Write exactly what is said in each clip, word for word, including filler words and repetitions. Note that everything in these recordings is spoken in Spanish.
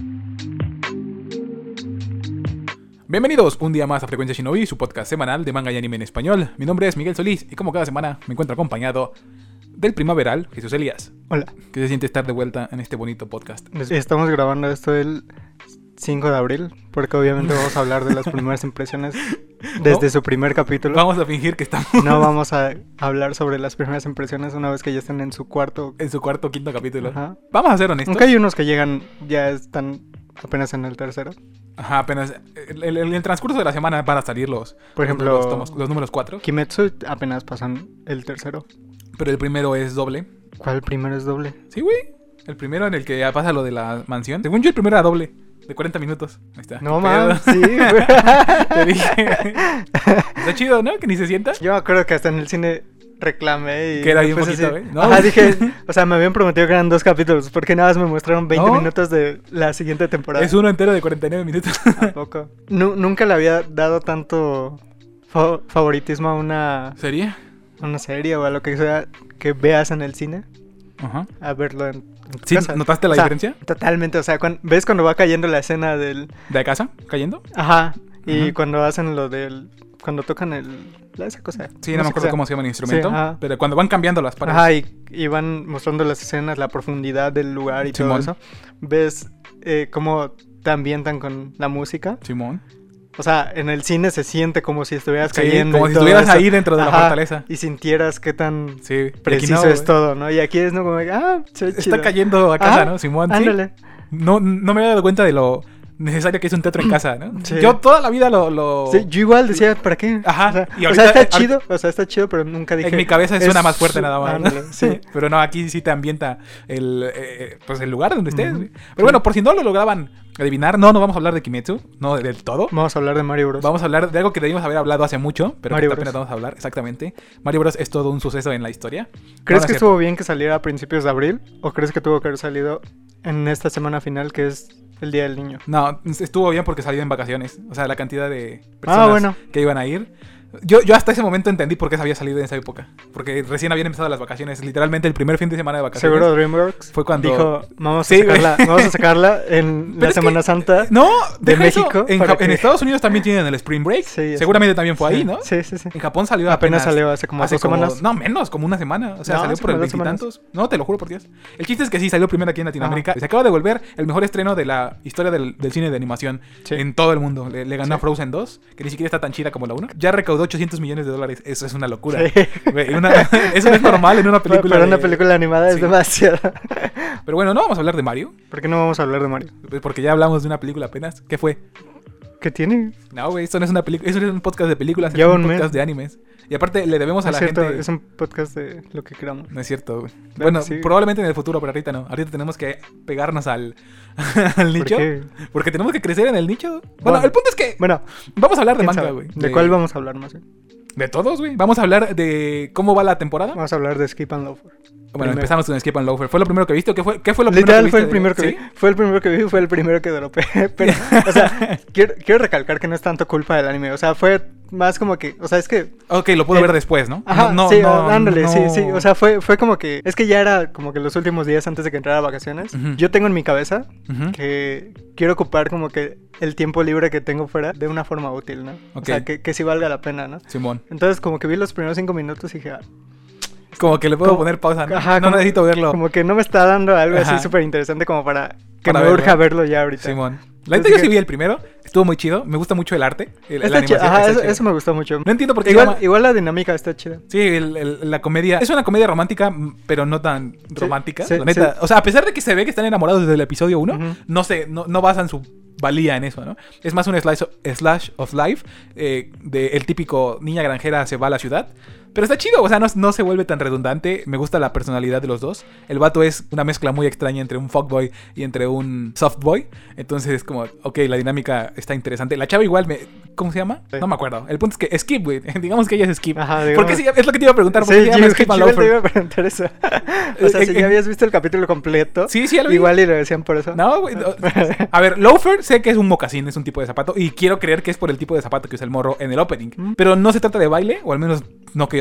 Bienvenidos un día más a Frecuencia Shinobi, su podcast semanal de manga y anime en español. Mi nombre es Miguel Solís y como cada semana me encuentro acompañado del primaveral Jesús Elías. Hola. ¿Qué se siente estar de vuelta en este bonito podcast? Estamos grabando esto el cinco de abril, porque obviamente vamos a hablar de las primeras impresiones desde ¿No? su primer capítulo. Vamos a fingir que estamos... No vamos a hablar sobre las primeras impresiones una vez que ya estén en su cuarto... En su cuarto o quinto capítulo. Ajá. Vamos a ser honestos. Aunque hay unos que llegan, ya están apenas en el tercero. Ajá, apenas. En el, el, el transcurso de la semana van a salir los... Por ejemplo... Los, tomos, los números cuatro. Kimetsu apenas pasan el tercero. Pero el primero es doble. ¿Cuál primero es doble? Sí, güey. El primero en el que pasa lo de la mansión. Según yo, el primero era doble. De cuarenta minutos. Ahí está. No, man. Sí, güey. Te dije. Está chido, ¿no? Que ni se sienta. Yo me acuerdo que hasta en el cine reclamé y... Que era bien poquito, güey. ¿No? Ajá, dije... O sea, me habían prometido que eran dos capítulos. Porque nada más me mostraron veinte ¿No? minutos de la siguiente temporada. Es uno entero de cuarenta y nueve minutos. ¿A poco? Nu- nunca le había dado tanto fa- favoritismo a una... ¿Sería? Una serie o a lo que sea que veas en el cine. Ajá. A verlo en... en tu ¿Sí? casa. ¿Notaste la o sea, diferencia? Totalmente. O sea, cuando, ¿ves cuando va cayendo la escena del... ¿De casa? ¿Cayendo? Ajá. Y Ajá. cuando hacen lo del... Cuando tocan el... esa cosa. Sí, no, no me acuerdo cómo se llama el instrumento. Sí, pero cuando van cambiando las paredes. Ajá, y, y van mostrando las escenas, la profundidad del lugar y Simón. todo eso. Ves eh, cómo te ambientan con la música. Simón. O sea, en el cine se siente como si estuvieras Sí, cayendo. como y si todo estuvieras eso. ahí dentro de la Ajá, fortaleza. Y sintieras qué tan Sí. preciso no, es güey. todo, ¿no? Y aquí es, ¿no? Como, ah, se ve Está chido. cayendo a casa, Ajá, ¿no? Simón, sí. Ándale. No, no me había dado cuenta de lo necesario que es un teatro en casa, ¿no? Sí. Yo toda la vida lo... lo... Sí, yo igual decía, ¿para qué? Ajá, O sea, y o ahorita- sea, está ahorita- chido, o sea, está chido, pero nunca dije... En mi cabeza suena más fuerte nada más, ¿no? Ándale, sí. Pero no, aquí sí te ambienta el, eh, pues el lugar donde estés. Ujú. güey. Pero bueno, por si no lo lograban adivinar, no, no vamos a hablar de Kimetsu, no del todo. Vamos a hablar de Mario Bros. Vamos a hablar de algo que debimos haber hablado hace mucho, pero Mario que Bros. apenas vamos a hablar, exactamente. Mario Bros. Es todo un suceso en la historia. ¿Crees No, no que es estuvo bien que saliera a principios de abril? ¿O crees que tuvo que haber salido en esta semana final, que es el Día del Niño? No, estuvo bien porque salió en vacaciones. O sea, la cantidad de personas Ah, bueno. que iban a ir. Yo, yo hasta ese momento entendí por qué se había salido en esa época. Porque recién habían empezado las vacaciones. Literalmente el primer fin de semana de vacaciones. Seguro DreamWorks Fue cuando- dijo, vamos a, Sí, güey. sacarla, vamos a sacarla en Pero la es que- Semana Santa. No, de deja eso. México En, para Ja- en que- Estados Unidos también tienen el Spring Break. Sí, ya Seguramente también fue Sí, ahí, ¿no? Sí, sí, sí. En Japón salió Apenas apenas, salió hace como hace dos semanas. No, menos, como una semana. O sea, No, salió hace por el como dos semanas. veintitantos. No, te lo juro por Dios. El chiste es que sí, salió primero aquí en Latinoamérica. Se acaba de volver el mejor estreno de la historia del, del cine de animación Sí. en todo el mundo. Le, le ganó Sí. a Frozen dos, que ni siquiera está tan chida como la uno. Ya recaudó ochocientos millones de dólares. Eso es una locura. Sí. Güey, una- eso no es normal en una película. Pero una de- película animada Sí. es demasiado. Pero bueno, no vamos a hablar de Mario, ¿Por qué no vamos a hablar de Mario? porque ya hablamos de una película apenas. ¿Qué fue? ¿Qué tiene? No, güey, esto no es una película, eso no es un podcast de películas, es Lleva un un podcast mes. de animes. Y aparte le debemos a No la es cierto, gente... es un podcast de lo que queramos. No es cierto, güey. Claro Bueno, que sí. probablemente en el futuro, pero ahorita no. Ahorita tenemos que pegarnos al, al nicho. qué? Porque tenemos que crecer en el nicho. Bueno, Bueno. el punto es que Bueno, vamos a hablar de quién manga, sabe. güey. ¿De cuál vamos a hablar más bien? De todos, güey. Vamos a hablar de cómo va la temporada. Vamos a hablar de Skip and Loafer. Bueno, Primero. empezamos con Skip and Loafer. ¿Fue lo primero que viste o qué fue, qué fue lo Literal primero que fue el viste? primero que ¿Sí? vi. Fue el primero que vi, fue el primero que dropé. Pero, o sea, quiero, quiero recalcar que no es tanto culpa del anime. O sea, fue más como que, o sea, es que... Ok, lo puedo Eh, ver después, ¿no? Ajá, no, no, sí, no, ándale, no. sí, sí. O sea, fue, fue como que... Es que ya era como que los últimos días antes de que entrara a vacaciones. Ujú. Yo tengo en mi cabeza Ujú. que quiero ocupar como que el tiempo libre que tengo fuera de una forma útil, ¿no? O Ok. sea, que, que sí valga la pena, ¿no? Simón. Entonces, como que vi los primeros cinco minutos y dije, ah, Como que le puedo Como- poner pausa, ¿no? ajá, no como- necesito verlo. como que no me está dando algo Ajá. así súper interesante como para que Para me verlo. urja verlo ya ahorita. Simón. La neta Entonces yo sí dije- vi el primero. Estuvo muy chido. Me gusta mucho el arte. el- la Está chido, animación, ajá, está eso, chido. eso me gustó mucho. No entiendo por qué se Igual, llama- igual la dinámica está chida. Sí, el- el- la comedia. Es una comedia romántica, m- pero no tan romántica. sí, la neta. sí. O sea, a pesar de que se ve que están enamorados desde el episodio uno, Ujú. no sé, no, no basan su valía en eso, ¿no? Es más un slash of, slash of life. Eh, de el típico niña granjera se va a la ciudad. Pero está chido, o sea, no, no se vuelve tan redundante. Me gusta la personalidad de los dos. El vato es una mezcla muy extraña entre un fuckboy y entre un softboy. Entonces es como, ok, la dinámica está interesante. La chava igual me... ¿Cómo se llama? Sí. No me acuerdo. El punto es que Skip, güey. Digamos que ella es Skip. Ajá, ¿Por digamos- qué se llama- es lo que te iba a preguntar. ¿Por Sí, qué se llama yo, Skip and yo te Loafer? iba a preguntar eso. O sea, Eh, si eh, ya habías visto el capítulo completo, Sí, sí, ya lo vi. igual y lo decían por eso. No, güey. no. A ver, loafer sé que es un mocasín, es un tipo de zapato. Y quiero creer que es por el tipo de zapato que usa el morro en el opening. Mm. Pero no se trata de baile, o al menos no que yo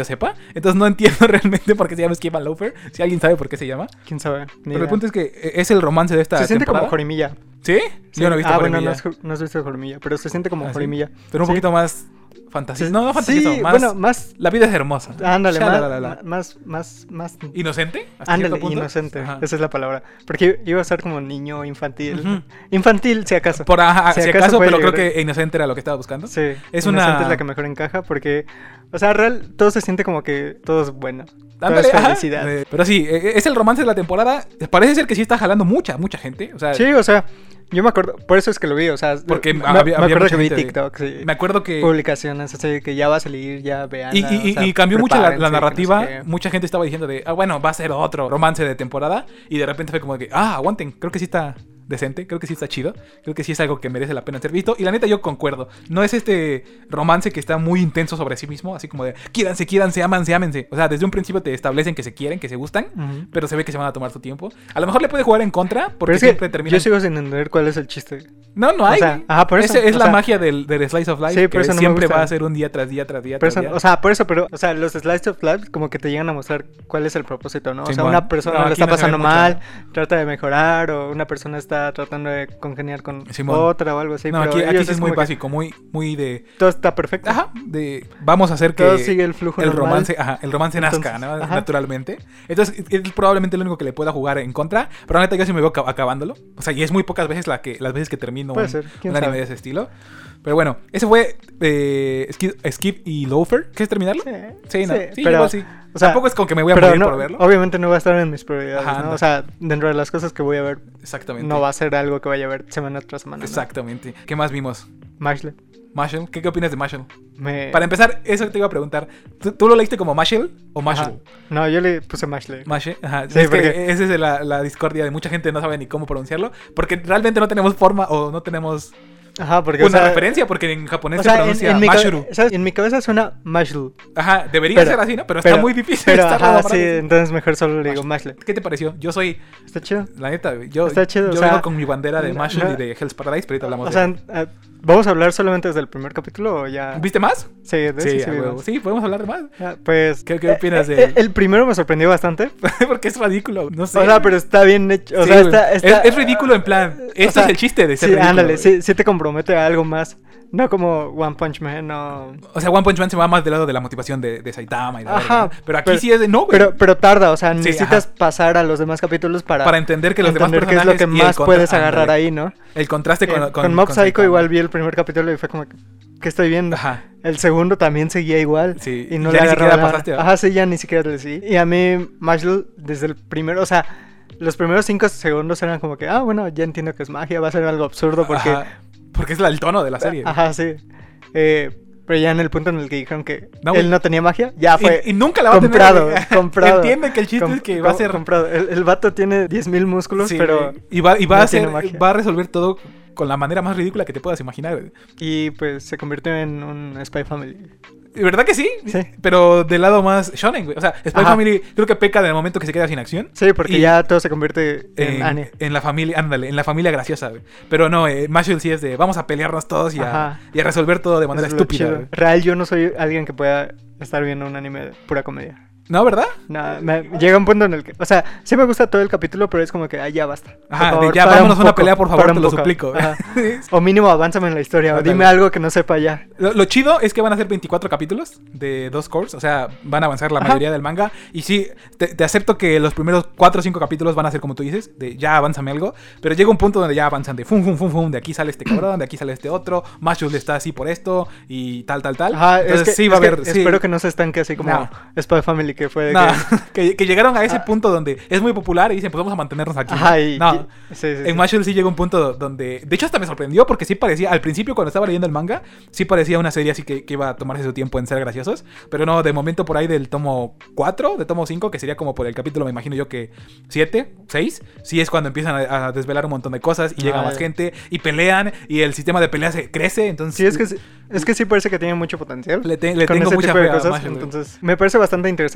yo sepa. Entonces no entiendo realmente por qué se llama Skip and Loafer. Si alguien sabe por qué se llama. ¿Quién sabe? Ni Pero idea. el punto es que es el romance de esta Se siente temporada. como Jorimilla. ¿Sí? Sí. Yo no he visto Ah, Jorimilla. bueno, no, es, no has visto Jorimilla, pero se siente como ¿Ah, sí? Jorimilla. Pero un Sí. poquito más fantasía. No, no Sí, fantasía, más... bueno, más... La vida es hermosa. Ándale, más, Shalalala. más, más, más... ¿Inocente? ¿Hasta Ándale, cierto punto? inocente. Ajá. Esa es la palabra. Porque iba a ser como niño infantil. Ujú. Infantil, si acaso. Por ajá, Si si, acaso acaso, puede pero creo llegar- que inocente era lo que estaba buscando. Sí, Es inocente una- es la que mejor encaja porque, o sea, real, todo se siente como que todo es bueno. Todo Ándale, es ajá. felicidad. Eh, pero sí, eh, es el romance de la temporada. Parece ser que sí está jalando mucha, mucha gente. O sea, Sí, o sea, yo me acuerdo, por eso es que lo vi, o sea, Porque me, había- me había acuerdo mucha que vi gente de- TikTok, sí, me acuerdo que... publicaciones así que ya va a salir, ya vean. Y, y- y- y cambió mucho la, la narrativa. Mucha gente estaba diciendo de, ah, bueno, va a ser otro romance de temporada. Y de repente fue como de que, ah, aguanten, creo que sí está decente, creo que sí está chido. Creo que sí es algo que merece la pena ser visto. Y la neta, yo concuerdo. No es este romance que está muy intenso sobre sí mismo, así como de, quiéranse, quiéranse, ámanse, ámense. O sea, desde un principio te establecen que se quieren, que se gustan. Ujú. Pero se ve que se van a tomar su tiempo. A lo mejor le puede jugar en contra, porque Pero es siempre que termina. yo sigo sin entender cuál es el chiste. No, no hay. O sea, ajá, por eso, Ese es o la sea- magia del, del Slice of Life. Sí, por que eso no me siempre gusta. va a ser un día tras día, tras día, Por tras eso, día. o sea, por eso, pero, o sea, los Slice of Life como que te llegan a mostrar cuál es el propósito, ¿no? O sea, Simón. una persona No, le aquí está no se ve pasando mucho. mal, trata de mejorar, o una persona está tratando de congeniar con Simón. otra o algo así. no, pero aquí, aquí ellos sí es muy como que básico, muy, muy de... todo está perfecto. Ajá, de... Vamos a hacer que... Todo sigue el flujo el normal. romance, ajá, el romance nazca, Entonces, ¿no? ajá. Naturalmente. Entonces, es probablemente lo único que le pueda jugar en contra. Pero la neta, yo sí me veo ca- acabándolo. O sea, y es muy pocas veces la que, las veces que termino Puede un, ser, quién un anime sabe. de ese estilo. Pero bueno, ese fue eh, Skip, Skip y Loafer. ¿Quieres terminarlo? Sí, Sí, no. sí, Sí, pero, igual sí. o sea, Tampoco es como que me voy a pero morir no, por verlo. obviamente no va a estar en mis prioridades, Ajá, ¿no? no. O sea, dentro de las cosas que voy a ver, Exactamente. no va a ser algo que vaya a ver semana tras semana. ¿no? Exactamente. ¿Qué más vimos? Mashle. Marshall. ¿Qué, qué opinas de Marshall? Me... Para empezar, eso te iba a preguntar. ¿Tú, tú lo leíste como Marshall o Ajá. Marshall? No, yo le puse Mashle. Mashe, ajá. Sí, es que porque- esa es la, la discordia de mucha gente no sabe ni cómo pronunciarlo. Porque realmente no tenemos forma o no tenemos Ajá, porque, una o sea, referencia. Porque en japonés o se sea, en, pronuncia en mi Mashuru. cabe- ¿sabes? En mi cabeza suena Mashle. Ajá, debería Pero- ser así, ¿no? Pero está muy difícil. Pero, está ajá, raro sí, para decir. entonces mejor solo le digo Mashle. ¿Qué te pareció? Yo soy, Está chido. la neta, yo, Está chido, yo o sea, vengo con mi bandera de no- Marshall no- y de Hell's Paradise, pero ahorita hablamos O de sea, eso. eh, ¿vamos a hablar solamente desde el primer capítulo o ya? ¿Viste más? Sí, de Sí, ese sí a huevo. vimos. Sí, podemos hablar de más. Ah, pues... ¿Qué- qué opinas eh, de- eh, El primero me sorprendió bastante. Porque es ridículo, no sé. O sea, pero está bien hecho. O Sí, sea, güey. está, está- Es, es ridículo en plan. o Esto sea, es el chiste de ser Sí, ridículo. ándale, güey. sí, sí te compromete a algo más. No como One Punch Man, no... O sea, One Punch Man se va más del lado de la motivación de, de Saitama y la Ajá, verga, ¿no? Pero aquí pero- sí es de no, güey. Pero, pero tarda, o sea, Sí, necesitas ajá. pasar a los demás capítulos para, Para entender que los demás entender qué es lo que personajes y el más contra- puedes agarrar ándale. ahí, ¿no? El contraste con, Eh, con, con Mob con Psycho Saitama. igual vi el primer capítulo y fue como, que, ¿qué estoy viendo? Ajá. El segundo también seguía igual. Sí, Y no ya le ni agarraba siquiera nada. pasaste, ¿verdad? Ajá, sí, ya ni siquiera le sí. Y a mí, Mashle, desde el primero, o sea, los primeros cinco segundos eran como que, ah, bueno, ya entiendo que es magia, va a ser algo absurdo porque... Ajá. Porque es la- el tono de la serie. Ajá, sí. Eh, pero ya en el punto en el que dijeron que No, él güey. no tenía magia, ya fue Y, y nunca la va comprado, a tener. güey. comprado. Entiende que el chiste Com- es que va a com- ser... comprado. El, el vato tiene diez mil músculos, Sí, pero... güey. Y va, y va no a ser, tiene magia. va a resolver todo con la manera más ridícula que te puedas imaginar. güey. Y pues se convirtió en un Spy Family. ¿Verdad que sí? Sí. Pero del lado más shonen, güey. O sea, Spy Ajá. Family creo que peca del momento que se queda sin acción. Sí, porque Y- ya todo se convierte en, En, Ane. en la familia, ándale, en la familia graciosa, güey. Pero no, eh, Marshall sí es de vamos a pelearnos todos y a, Ajá. y a resolver todo de manera Eso es lo estúpida. chido. güey. Real, yo no soy alguien que pueda estar viendo un anime de pura comedia. ¿No, verdad? Nada, me- llega un punto en el que... O sea, sí me gusta todo el capítulo, pero es como que, ah, ya basta. Por Ajá, de favor, ya para vámonos a un una poco, pelea, por favor, para te un lo poco. suplico. Ajá. O mínimo avánzame en la historia, o Ándale. dime algo que no sepa ya. Lo, lo chido es que van a ser veinticuatro capítulos de dos cores, o sea, van a avanzar la Ajá. mayoría del manga. Y sí, te, te acepto que los primeros cuatro o cinco capítulos van a ser como tú dices, de ya avánzame algo. Pero llega un punto donde ya avanzan de fum, fum, fum, fum, de aquí sale este cabrón, de aquí sale este otro, Marshall está así por esto y tal, tal, tal. Ajá, es Entonces que, sí va a es que haber... sí. espero que no se estanque así como No. Spy Family, que fue de No, que... que, que llegaron a ese Ah. punto donde es muy popular y dicen, pues vamos a mantenernos aquí. Ajá, y... no, y- sí, sí, sí. en Marshall sí llegó un punto donde... De hecho, hasta me sorprendió porque sí parecía... Al principio, cuando estaba leyendo el manga, sí parecía una serie así que, que iba a tomarse su tiempo en ser graciosos. Pero no, de momento por ahí del tomo cuatro, de tomo cinco, que sería como por el capítulo, me imagino yo que siete, seis, sí es cuando empiezan a, a desvelar un montón de cosas y llega Ah, más ya. gente y pelean y el sistema de pelea se crece, entonces... Sí, es que, sí- es que sí parece que tiene mucho potencial. Le, te- le con tengo ese mucha tipo de fe a cosas, Marshall, güey. entonces me parece bastante interesante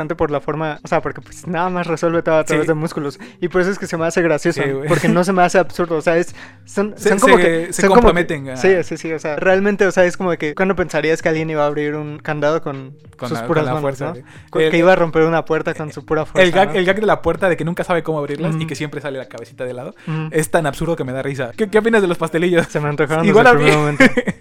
interesante por la forma, o sea, porque pues nada más resuelve todo a través Sí. de músculos. Y por eso es que se me hace gracioso, Sí, güey. porque no se me hace absurdo, o sea, es son, Se- son como se- que se son como comprometen que- a- Sí, sí, sí, o sea, realmente, o sea, es como que cuando pensarías que alguien iba a abrir un candado con, Con sus la- puras con la manos, fuerza, ¿no? güey. Cu- El- que iba a romper una puerta con su pura fuerza, El gag, ¿no? el gag de la puerta de que nunca sabe cómo abrirlas y Ujú. que siempre sale la cabecita de lado. Ujú. Es tan absurdo que me da risa. ¿Qué, qué opinas de los pastelillos? Se me antojaron Igual desde a el mí. primer momento.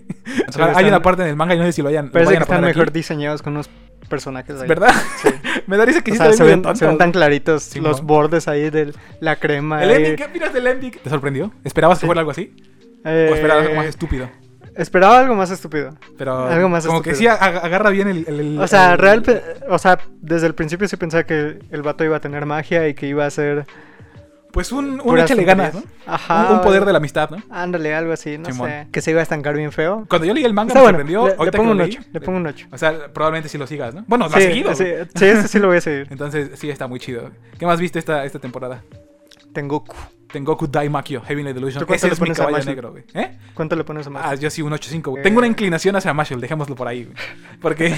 O sea, hay están- una parte en el manga y no sé si lo hayan, lo Parece que vayan a están poner mejor aquí. diseñados con unos personajes ahí. ¿Verdad? Sí. Me da risa que O sí sea, se se ven ven, medio se ven tontos. tan claritos Simón. los bordes ahí de la crema. El ahí. ending, ¿qué opinas del ending? ¿Te sorprendió? ¿Esperabas que Sí. fuera algo así? Eh, ¿O esperabas algo más estúpido? Esperaba algo más estúpido. Pero algo más como que estúpido. sí ag- agarra bien el... el- el- O sea, el- real, pe- o sea, desde el principio sí pensaba que el vato iba a tener magia y que iba a ser Pues un, un puras échale ganas, ¿no? tonterías. Ajá. Un, un poder de la amistad, ¿no? Ándale, algo así, no Simón. sé. Que se iba a estancar bien feo. Cuando yo leí el manga Está me bueno, sorprendió. le, le Ahorita que pongo lo un leí, ocho, le pongo un ocho. O sea, probablemente sí lo sigas, ¿no? Bueno, lo Sí, has seguido. sí, güey. sí, ese sí lo voy a seguir. Entonces, sí, está muy chido. ¿Qué más viste esta, esta temporada? Tengoku. Tengoku Daimakyo, Heavenly Delusion. ¿Tú cuánto Ese le es mi pones a caballo Mashle? negro, güey. ¿Eh? ¿Cuánto le pones a más? Ah, yo sí, un ocho cinco, güey. Eh. Tengo una inclinación hacia Mashle, dejémoslo por ahí, güey. Porque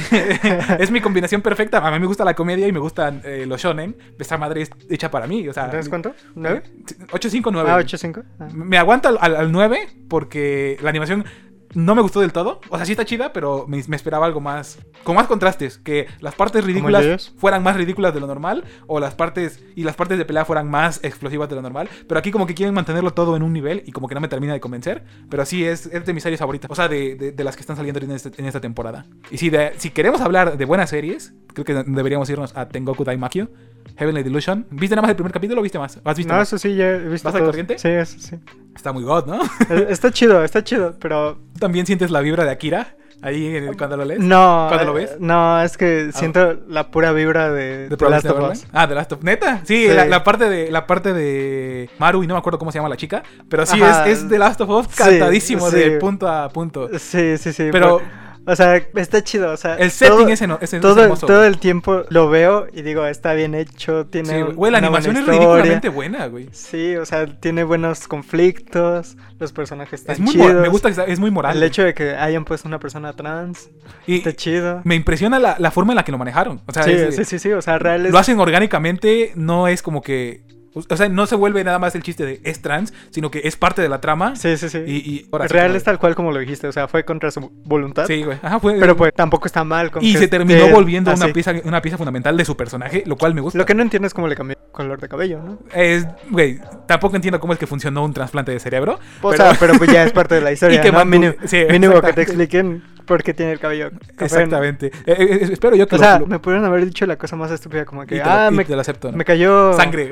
es mi combinación perfecta. A mí me gusta la comedia y me gustan eh, los shonen. Esa madre es hecha para mí, o sea... ¿Entonces cuánto? ¿nueve? ocho cinco nueve. Ah, ocho cinco. Ah. Me aguanto al, al, al nueve porque la animación no me gustó del todo. O sea, sí está chida, pero me, me esperaba algo más. Con más contrastes. Que las partes ridículas ellos? fueran más ridículas de lo normal. O las partes. Y las partes de pelea fueran más explosivas de lo normal. Pero aquí como que quieren mantenerlo todo en un nivel. Y como que no me termina de convencer. Pero sí es, es de mis series favoritas. O sea, de, de, de las que están saliendo en, este, en esta temporada. Y si, de, si queremos hablar de buenas series, creo que deberíamos irnos a Tengoku Daimakyo, Heavenly Delusion. ¿Viste nada más el primer capítulo o viste más? ¿Has visto No, más? eso sí, ya he visto ¿Vas al todos. corriente? Sí, eso sí. Está muy god, ¿no? Eh, Está chido, está chido, pero... ¿Tú también sientes la vibra de Akira ahí en el- cuando lo lees? No. ¿Cuándo lo eh, ves? No, es que siento la pura vibra de, ¿De The Last of Promised Us. Neverland? Ah, de Last of ¿Neta? Sí, Sí. La, la parte de la parte de Maru, y no me acuerdo cómo se llama la chica, pero sí Ajá. es, es The Last of Us Sí, cantadísimo sí. de punto a punto. Sí, sí, sí. Pero- O sea, está chido, o sea... El setting ese no- ese es todo, hermoso, todo güey. el tiempo lo veo y digo, está bien hecho, tiene Sí, güey. Güey, la una buena animación es historia. ridículamente buena, güey. Sí, o sea, tiene buenos conflictos, los personajes están Es muy chidos. mor- me gusta que sea- es muy moral. El güey. hecho de que hayan puesto una persona trans, Y está chido. me impresiona la, la forma en la que lo manejaron. O sea, Sí, es- sí, sí, sí, o sea, real es... lo hacen orgánicamente, no es como que... O sea, no se vuelve nada más el chiste de es trans, sino que es parte de la trama. Sí, sí, sí. Y, y ahora sí, real como es tal cual como lo dijiste, o sea, fue contra su voluntad. de- Sí, güey. Ajá, fue... Pero pues tampoco está mal. Con Y que se terminó esté volviendo una así. pieza, una pieza fundamental de su personaje, lo cual me gusta. Lo que no entiendo es cómo le cambió el color de cabello, ¿no? Es, güey, tampoco entiendo cómo es que funcionó un trasplante de cerebro. O pero- sea, pero pues ya es parte de la historia, Y que ¿no? mantu- Mínimo, sí, mínimo que exactamente. te expliquen por qué tiene el cabello café, ¿no? Exactamente. Eh, eh, espero yo que O lo- sea, lo- me pudieron haber dicho la cosa más estúpida como y que, te lo- ah, y me, te lo acepto, ¿no? me cayó... Sangre.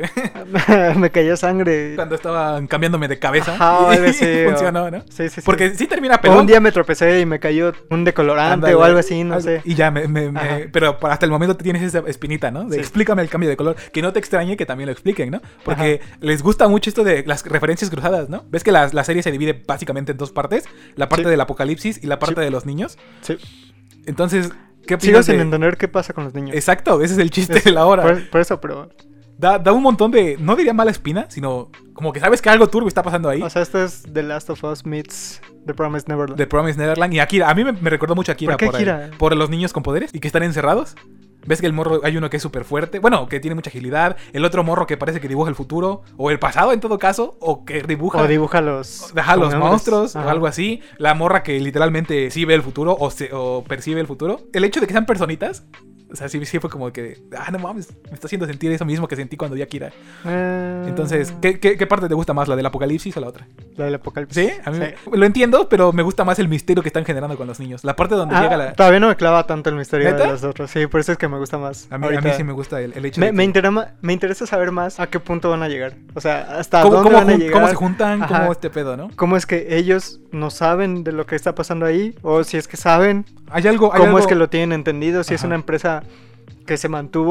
me cayó sangre. Cuando estaban cambiándome de cabeza. Ajá, o algo así, y o- funcionó, ¿no? Sí, sí, sí. Porque sí termina O pelón. un día me tropecé y me cayó un decolorante Ándale, o algo así, no algo- sé. Y ya, me, me- me- Ajá. pero para- hasta el momento tienes esa espinita, ¿no? De Sí. explícame el cambio de color. Que no te extrañe que también lo expliquen, ¿no? Porque les gusta mucho esto de las referencias cruzadas, ¿no? ¿Ves que la, la serie se divide básicamente en dos partes? La parte Sí. del apocalipsis y la parte Sí. de los niños. Sí. Entonces, ¿qué Sigo opinas sin de- entender qué pasa con los niños. Exacto, ese es el chiste Es- de la hora. Por, por eso, pero... Da, da un montón de, no diría mala espina, sino como que sabes que algo turbio está pasando ahí. O sea, esto es The Last of Us meets The Promised Neverland. The Promised Neverland y Akira. A mí me, me recordó mucho a Akira ¿Por qué por, el- Akira? por los niños con poderes y que están encerrados. ¿Ves que el morro, hay uno que es súper fuerte? Bueno, que tiene mucha agilidad. El otro morro que parece que dibuja el futuro. O el pasado en todo caso. O que dibuja... O dibuja los... Deja los nombres. monstruos Ajá. o algo así. La morra que literalmente sí ve el futuro o, se- o percibe el futuro. El hecho de que sean personitas. O sea, sí, sí fue como que... Ah, no mames. Me está haciendo sentir eso mismo que sentí cuando vi a Akira. Eh, Entonces, ¿qué, qué, qué parte te gusta más? ¿La del apocalipsis o la otra? La del apocalipsis. Sí, a mí Sí. me- lo entiendo, pero me gusta más el misterio que están generando con los niños. La parte donde Ah, llega la... Todavía no me clava tanto el misterio ¿Neta? de los otros. Sí, por eso es que me gusta más. A mí, a mí ahorita. sí me gusta el, el hecho Me, de me, que- interesa, me interesa saber más a qué punto van a llegar. O sea, hasta ¿Cómo, dónde cómo van a jun- llegar. cómo se juntan, Ajá. cómo este pedo, ¿no? ¿Cómo es que ellos no saben de lo que está pasando ahí? O si es que saben, Hay algo... Hay cómo algo- es que lo tienen entendido. Si es Ajá. una empresa que se mantuvo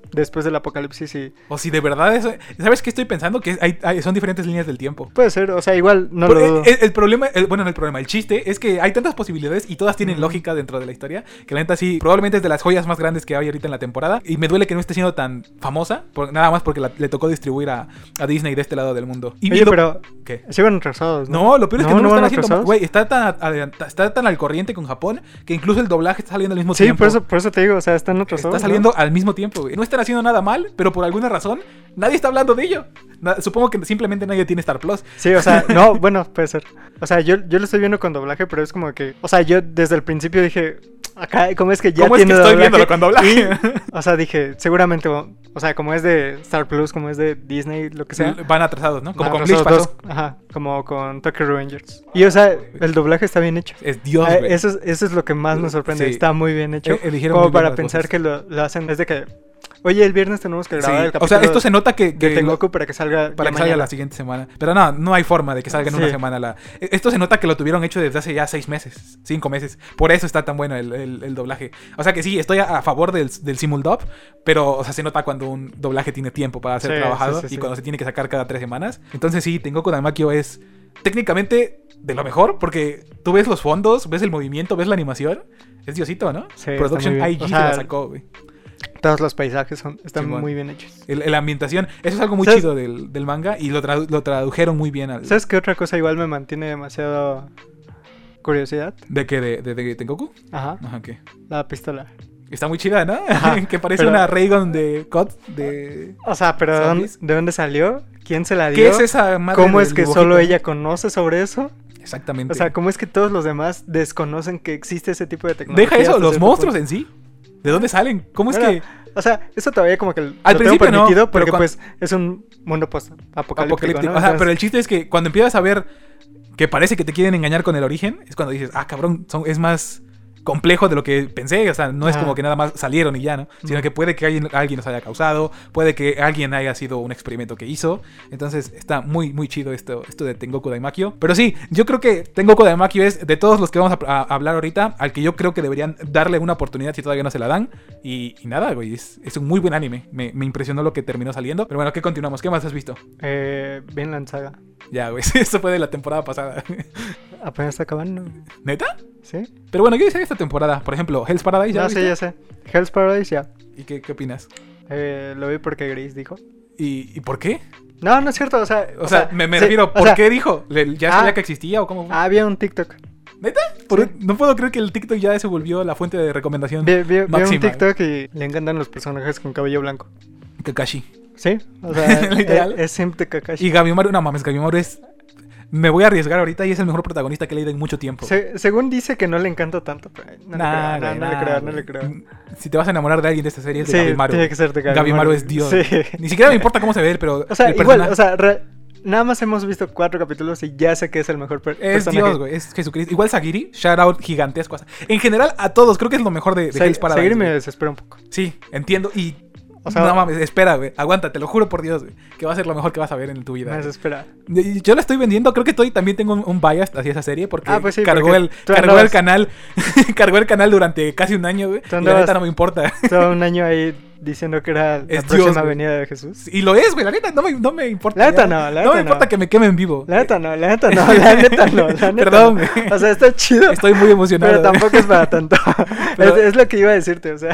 después del apocalipsis y... O si de verdad es... ¿Sabes qué estoy pensando? Que hay, hay- son diferentes líneas del tiempo. Puede ser, o sea, igual no Pero lo dudo. el, el problema, el- bueno, no el problema, el chiste es que hay tantas posibilidades y todas tienen Ujú. lógica dentro de la historia, que la neta sí, probablemente es de las joyas más grandes que hay ahorita en la temporada. Y me duele que no esté siendo tan famosa, por, nada más porque la- le tocó distribuir a, a Disney de este lado del mundo. Y Oye, lo- pero ¿Qué? se iban retrasados, ¿no? No, lo peor es que No, no, lo no están van haciendo. atrasados. Güey, está tan, adela- está tan al corriente con Japón que incluso el doblaje está saliendo al mismo Sí, tiempo. por eso, por eso te digo, o sea, están atrasados. Está ¿no? saliendo al mismo tiempo, güey. No están haciendo nada mal, pero por alguna razón nadie está hablando de ello. Na- supongo que simplemente nadie tiene Star Plus. Sí, o sea, no, bueno, puede ser. O sea, yo, yo lo estoy viendo con doblaje, pero es como que... O sea, yo desde el principio dije... Acá, ¿cómo es que ya ¿Cómo es que tiene estoy doblaje? viéndolo con doblaje? Y, o sea, dije, seguramente... O sea, como es de Star Plus, como es de Disney, lo que sea... Van atrasados, ¿no? Como van con Bleach atrasados pasó. dos- Ajá, como con Tokyo Revengers. Y, o sea, el doblaje está bien hecho. Es Dios, Ah, güey. eso, es, eso es lo que más me sorprende. Sí. Está muy bien hecho. Eh, eligieron como muy bien para las pensar voces. que lo, lo hacen desde que... Oye, el viernes tenemos que Sí, grabar el o capítulo sea, esto se nota que, de que Tengoku para que salga para ya que salga mañana. la siguiente semana. Pero no, no hay forma de que salga en una Sí. semana. La... Esto se nota que lo tuvieron hecho desde hace ya seis meses, cinco meses. Por eso está tan bueno el, el- el doblaje. O sea que sí, estoy a, a favor del, del simuldub, pero o sea, se nota cuando un doblaje tiene tiempo para ser Sí, trabajado sí, sí, y sí. cuando se tiene que sacar cada tres semanas. Entonces sí, Tengoku Daimakyo es técnicamente de lo mejor porque tú ves los fondos, ves el movimiento, ves la animación. Es Diosito, ¿no? Sí, está Production muy bien. I G O se sea, la sacó, güey. Todos los paisajes son, están Simón. muy bien hechos. El- la ambientación, eso es algo muy ¿Sabes? chido del, del manga y lo, tradu- lo tradujeron muy bien al... ¿Sabes qué otra cosa igual me mantiene demasiado curiosidad? ¿De qué? ¿De, de, de Tengoku? Ajá, Ajá, ¿qué? la pistola. Está muy chida, ¿no? Ajá, que parece pero- una Raygun de C O D. De... O sea, pero ¿de dónde, ¿Zombies? de dónde salió? ¿Quién se la dio? ¿Qué es esa madre ¿Cómo del es que dibujito? solo ella conoce sobre eso? Exactamente. O sea, ¿cómo es que todos los demás desconocen que existe ese tipo de tecnología? Deja eso, hasta los cierto monstruos punto? en sí. ¿De dónde salen? ¿Cómo es Bueno, que O sea, eso todavía como que lo Al tengo principio no, permitido pero porque cuan- pues es un mundo post-apocalíptico, apocalíptico? ¿no? Ajá, Entonces, pero el chiste es que cuando empiezas a ver que parece que te quieren engañar con el origen, es cuando dices, ah, cabrón, son, es más complejo de lo que pensé. O sea, no es Ajá. como que nada más salieron y ya, ¿no? Sino Ujú. que puede que alguien, alguien los haya causado, puede que alguien haya sido un experimento que hizo. Entonces está muy, muy chido esto, esto de Tengoku Daimakyo. Pero sí, yo creo que Tengoku Daimakyo es de todos los que vamos a, a hablar ahorita, al que yo creo que deberían darle una oportunidad si todavía no se la dan. Y, y nada, güey, es, es un muy buen anime. Me, me impresionó lo que terminó saliendo. Pero bueno, ¿qué continuamos? ¿Qué más has visto? eh, Vinland Saga. Ya, güey, eso fue de la temporada pasada. Apenas está acabando. ¿Neta? ¿Sí? Pero bueno, ¿qué dice esta temporada? Por ejemplo, Hell's Paradise, ¿ya No lo sé, viste? ya sé. Hell's Paradise, ya. ¿Y qué, qué opinas? Eh, lo vi porque Grace dijo. ¿Y, ¿Y por qué? No, no es cierto, o sea... O, sea, me, me sí, refiero, o ¿por sea, qué dijo? ¿Le- ¿Ya ah, sabía que existía o cómo fue? Había un TikTok. ¿Neta? Por- sí. No puedo creer que el TikTok ya se volvió la fuente de recomendación. Vi, vi- vi un máxima. TikTok y le encantan los personajes con cabello blanco. Kakashi. ¿Sí? O sea, Literal. es, es simple Kakashi. Y Gabimaru, no mames, Gabimaru es... Me voy a arriesgar ahorita y es el mejor protagonista que he leído en mucho tiempo. Se- según dice que no le encanta tanto, pero no, Nah, le, creo, no, güey, no le nah, creo, no güey. le creo. Si te vas a enamorar de alguien de esta serie es de Sí, Gabimaru. tiene que ser de Gabimaru. Gabimaru es Dios. Sí. Ni siquiera me importa cómo se ve él, pero O sea, el igual, personaje o sea, re- nada más hemos visto cuatro capítulos y ya sé que es el mejor per- es personaje. Dios, güey. Es Jesucristo. Igual Sagiri, shout out gigantesco. En general, a todos. Creo que es lo mejor de, de Se- Hell's Paradise. Seguir me güey. desespera un poco. Sí, entiendo. Y... O sea, no mames, espera, güey. Aguanta, te lo juro por Dios, güey. Que va a ser lo mejor que vas a ver en tu vida. Me güey. desespera. Y- Yo la estoy vendiendo, creo que estoy, también tengo un, un bias hacia esa serie porque Ah, pues sí, cargó, porque el, tú cargó andabas- el canal cargó el canal durante casi un año, güey. Tú Y la andabas- neta no me importa. Todo un año ahí diciendo que era la Es Dios, próxima güey. venida de Jesús. Y lo es, güey. La neta no me, no me importa. La neta ya. no, la No neta me importa no. que me quemen vivo. La neta no, la neta no, la neta no, la neta Perdón, no. güey. O sea, está chido. Estoy muy emocionado. Pero tampoco es para tanto. Pero- es, es lo que iba a decirte, o sea.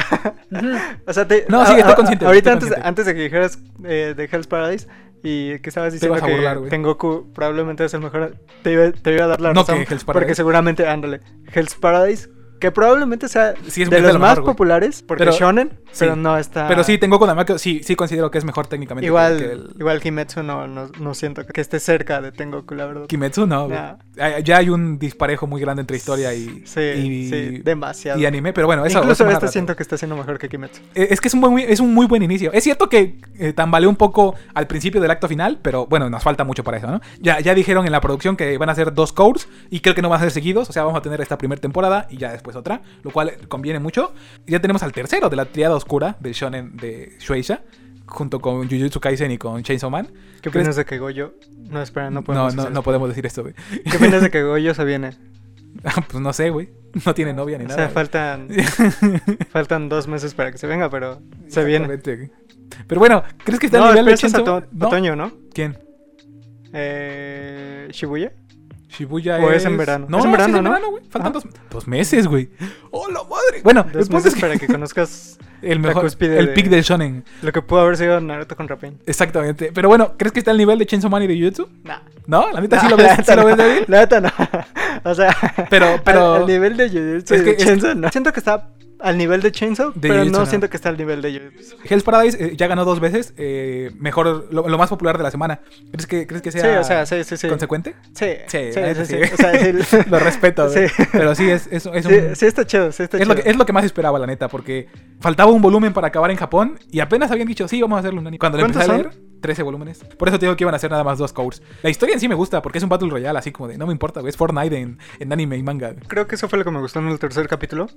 o sea, te, No, sí, estoy a- a- consciente, Ahorita estoy antes, consciente. antes de que dijeras eh, de Hell's Paradise y que estabas Te diciendo ibas a que burlar, güey. Tengoku probablemente es el mejor, te iba, te iba a dar la No razón. que Hell's Porque Paradise. seguramente, ándale, Hell's Paradise, que probablemente sea Sí, es de muy los de lo más mejor, güey. populares, porque Pero- shonen, sí. pero no está... Pero sí, tengo Kodamaki, sí, sí considero que es mejor técnicamente. Igual, que el... igual Kimetsu no, no, no siento que esté cerca de Tengoku, la verdad. Kimetsu, no. güey. Nah. Ah, Ya hay un disparejo muy grande entre historia y, Sí, y, sí, demasiado. y anime, pero bueno, eso Incluso eso más este rato. siento que está siendo mejor que Kimetsu. Eh, Es que es un, buen, es un muy buen inicio. Es cierto que eh, tambaleó un poco al principio del acto final, pero bueno, nos falta mucho para eso, ¿no? Ya, ya dijeron en la producción que van a ser dos cours y creo que no van a ser seguidos, o sea, vamos a tener esta primera temporada y ya después otra, lo cual conviene mucho. Y ya tenemos al tercero de la triada oscura del shonen de Shueisha, junto con Jujutsu Kaisen y con Chainsaw Man. ¿Qué ¿Crees- opinas de que Goyo? No, espera, no No, podemos no, hacer no esto. podemos decir esto, güey. ¿Qué opinas de que Goyo se viene? Pues no sé, güey. No tiene novia ni O nada. sea, faltan faltan dos meses para que se venga, pero se viene. Exactamente. Pero bueno, ¿crees que está No, al nivel de pero este es Chainsaw? oto- ¿No? otoño, ¿no? ¿Quién? Eh, ¿Shibuya? Shibuya ¿O es... es en verano? No, Es en no, verano, sí es en ¿no? verano, güey. Faltan Ah. dos, dos meses, güey. ¡Oh, la madre! Bueno, el Dos punto meses es que para que conozcas el la mejor, cúspide el de- pick del shonen. lo que pudo haber sido Naruto con Rapin. Exactamente. Pero bueno, ¿crees que está al nivel de Chainsaw Man y de Jujutsu? Nah. ¿No? La neta sí Nah, lo la ves, neta sí lo no. ves débil. La neta no. O sea, Pero- pero- al, al nivel de Jujutsu Es y que- de es- Chainsaw, no. Siento que está al nivel de Chainsaw, De pero Jujutsu, no, no. siento que está al nivel de Jujutsu. Hell's Paradise eh, ya ganó dos veces. eh, mejor, lo, lo más popular de la semana. ¿Crees que, ¿crees que sea Sí, o sea, sí, sí, sí. consecuente? Sí, Sí, sí, la sí, neta sí. sí. O sea, sí, Lo respeto, güey. Sí. Pero sí, es, es, es un... sí, sí está chido, sí está Es chido. lo, que, es lo que más esperaba, la neta, porque faltaba un volumen para acabar en Japón y apenas habían dicho, sí, vamos a hacerlo un anime. Cuando lo empecé a ¿Cuántos leer, trece volúmenes. Por eso te digo que iban a hacer nada más dos covers. La historia en sí me gusta, porque es un Battle Royale, así como de, no me importa, güey, es Fortnite en, en anime y manga. Creo que eso fue lo que me gustó en el tercer capítulo.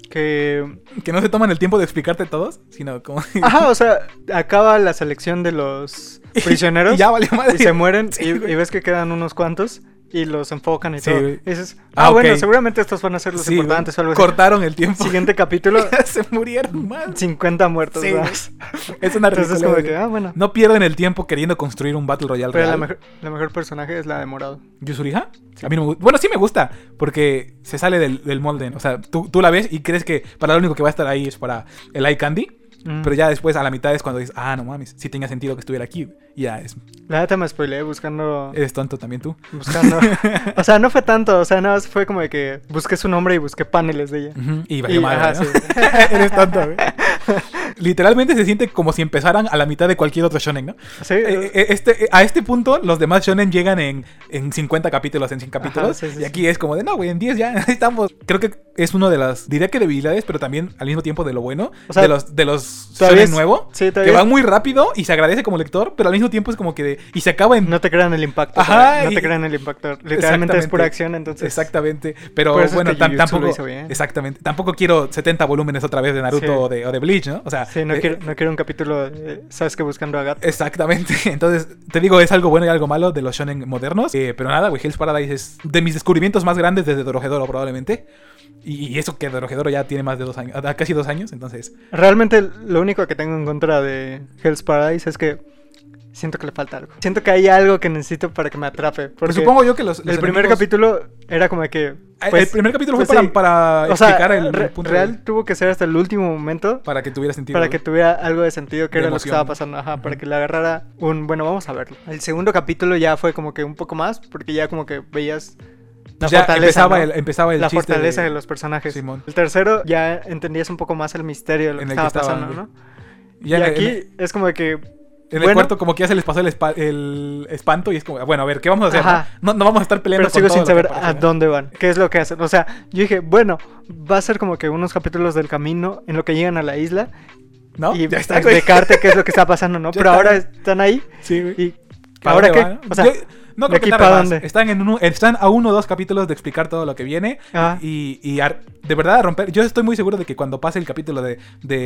Que. Que no se toman el tiempo de explicarte todos, sino como... Ajá, o sea, acaba la selección de los prisioneros. y ya valió madre. Y se mueren Sí, y, güey. y ves que quedan unos cuantos y los enfocan y Sí, todo. güey. Y dices, Ah, ah, ok. bueno, seguramente estos van a ser los Sí, güey. importantes o algo así. Cortaron el tiempo. Siguiente capítulo, Se murieron más. cincuenta muertos. Sí, más. Es una Entonces es como de ridiculez, que, güey. ah, bueno. No pierden el tiempo queriendo construir un Battle Royale Pero real. la mejor, la mejor personaje es la de morado. ¿Yusuriha? A mí no me gusta. Bueno, sí me gusta, porque se sale del, del molde. O sea, tú, tú la ves y crees que para lo único que va a estar ahí es para el eye candy. Mm. Pero ya después, a la mitad, es cuando dices, ah, no mames, sí tenía sentido que estuviera aquí. Y ya, es, La neta me spoileé buscando. eres tonto también tú. Buscando. O sea, no fue tanto. O sea, nada más fue como de que busqué su nombre y busqué paneles de ella. Ujú. Y Y, valió madre, ajá, ¿no? sí. Eres tonto, güey. Literalmente se siente como si empezaran a la mitad de cualquier otro shonen, ¿no? Sí, Eh, eh, este, a este punto, los demás shonen llegan en, en cincuenta capítulos, en cien capítulos. sí, sí, y aquí es como de, no, güey, en diez ya estamos. Creo que es uno de las, diría que debilidades, pero también al mismo tiempo de lo bueno, O sea, de los, de los todavía shonen es- nuevo, sí, que todavía van es- muy rápido y se agradece como lector, pero al mismo tiempo es como que de, y se acaba en... No te crean el impacto. Ajá, ¿sabes? No y- te crean el impacto. Literalmente es pura acción, entonces. Exactamente. Pero Por eso es bueno, que tam- Jujutsu lo tampoco. hizo bien. Exactamente. Tampoco quiero setenta volúmenes otra vez de Naruto Sí. o, de, o de Bleach, ¿no? O sea. Sí, no, eh, quiero, no quiero un capítulo, de, ¿sabes qué? Buscando a Gato. Exactamente. Entonces, te digo, es algo bueno y algo malo de los shonen modernos. Eh, pero nada, güey, Hell's Paradise es de mis descubrimientos más grandes desde Dorohedoro, probablemente. Y, y eso que Dorohedoro ya tiene más de dos años, ah, casi dos años, entonces. Realmente lo único que tengo en contra de Hell's Paradise es que siento que le falta algo. Siento que hay algo que necesito para que me atrape. Pero Porque supongo yo que los. los el primer enemigos- capítulo era como de que... Ah, pues, el primer capítulo pues fue sí. para, para O sea, explicar el, re- el punto. real de- tuvo que ser hasta el último momento para que tuviera sentido. para que tuviera algo de sentido que De era lo que emoción. estaba pasando. Ajá, para Ujú. que le agarrara un... Bueno, vamos a verlo. El segundo capítulo ya fue como que un poco más, porque ya como que veías... La ya fortaleza, empezaba, ¿no? el, empezaba el la chiste fortaleza de... de los personajes. Simón. El tercero ya entendías un poco más el misterio de lo En que el que estaba estaban, pasando, güey. ¿no? Ya y en- aquí en- es como de que... En el bueno, cuarto como que ya se les pasó el, espa- el espanto y es como, bueno, a ver, ¿qué vamos a hacer? Ajá. No, no, no vamos a estar peleando pero sigo con sin todo lo que saber a aparece, ¿no? dónde van, qué es lo que hacen. O sea, yo dije, bueno, va a ser como que unos capítulos del camino en lo que llegan a la isla ¿No? y Ya está, güey. explicarte qué es lo que está pasando, ¿no? Ya pero está. ahora están ahí Sí, güey. y ¿Para ¿ahora dónde qué? va, no? O sea, Yo no ¿de creo que aquí tarde para más. dónde? Están, en uno, están a uno o dos capítulos de explicar todo lo que viene. Ah. Y, y ar- de verdad a romper. Yo estoy muy seguro de que cuando pase el capítulo de,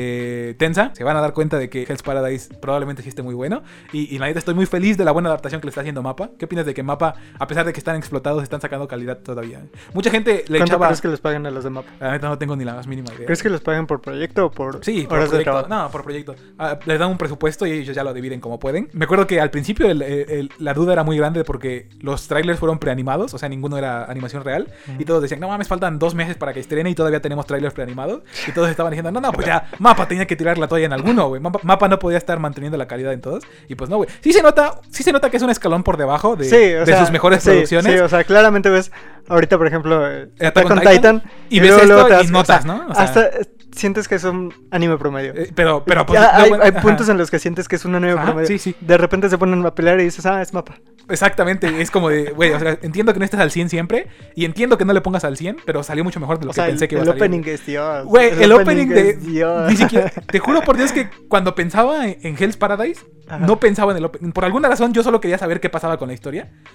de Tensa, se van a dar cuenta de que Hell's Paradise probablemente sí esté muy bueno. Y, y la neta estoy muy feliz de la buena adaptación que le está haciendo Mappa. ¿Qué opinas de que Mappa, a pesar de que están explotados, están sacando calidad todavía? Mucha gente le ¿cuánto echaba. crees que les paguen a los de Mapa? La neta no tengo ni la más mínima idea. ¿Crees que les paguen por proyecto o por Sí, por horas de proyecto. trabajo? No, por proyecto. Ah, les dan un presupuesto y ellos ya lo dividen como pueden. Me acuerdo que al principio el- el- el- la duda era muy grande porque los trailers fueron preanimados, o sea, ninguno era animación real. Mm. Y todos decían, no mames, faltan dos meses para que estrene y todavía tenemos trailers preanimados. Y todos estaban diciendo, no, no, pues ya, Mappa tenía que tirar la toalla en alguno, güey. Mappa, Mappa no podía estar manteniendo la calidad en todos. Y pues no, güey. Sí se nota, sí se nota que es un escalón por debajo de, Sí, o de sea, sus mejores sí, producciones. Sí, o sea, claramente ves ahorita, por ejemplo, eh, Attack Attack on on Titan, Titan, y ves esto luego te y das- notas, o sea, ¿no? O sea- hasta eh, sientes que es un anime promedio. Eh, pero, pero, pues, Ya lo hay, bueno- hay ajá. puntos en los que sientes que es un anime Ajá, promedio. sí, sí. De repente se ponen a pelear y dices, ah, es Mapa. Exactamente, es como de, güey, o sea, entiendo que no estés al cien siempre y entiendo que no le pongas al cien, pero salió mucho mejor de lo O que sea, el, pensé que iba el a salir. opening es Dios. Güey, el, opening, de... es Dios. Ni siquiera... Te juro por Dios que cuando pensaba en en Hell's Paradise, Ajá. no pensaba en el opening. Por alguna razón yo solo quería saber qué pasaba con la historia.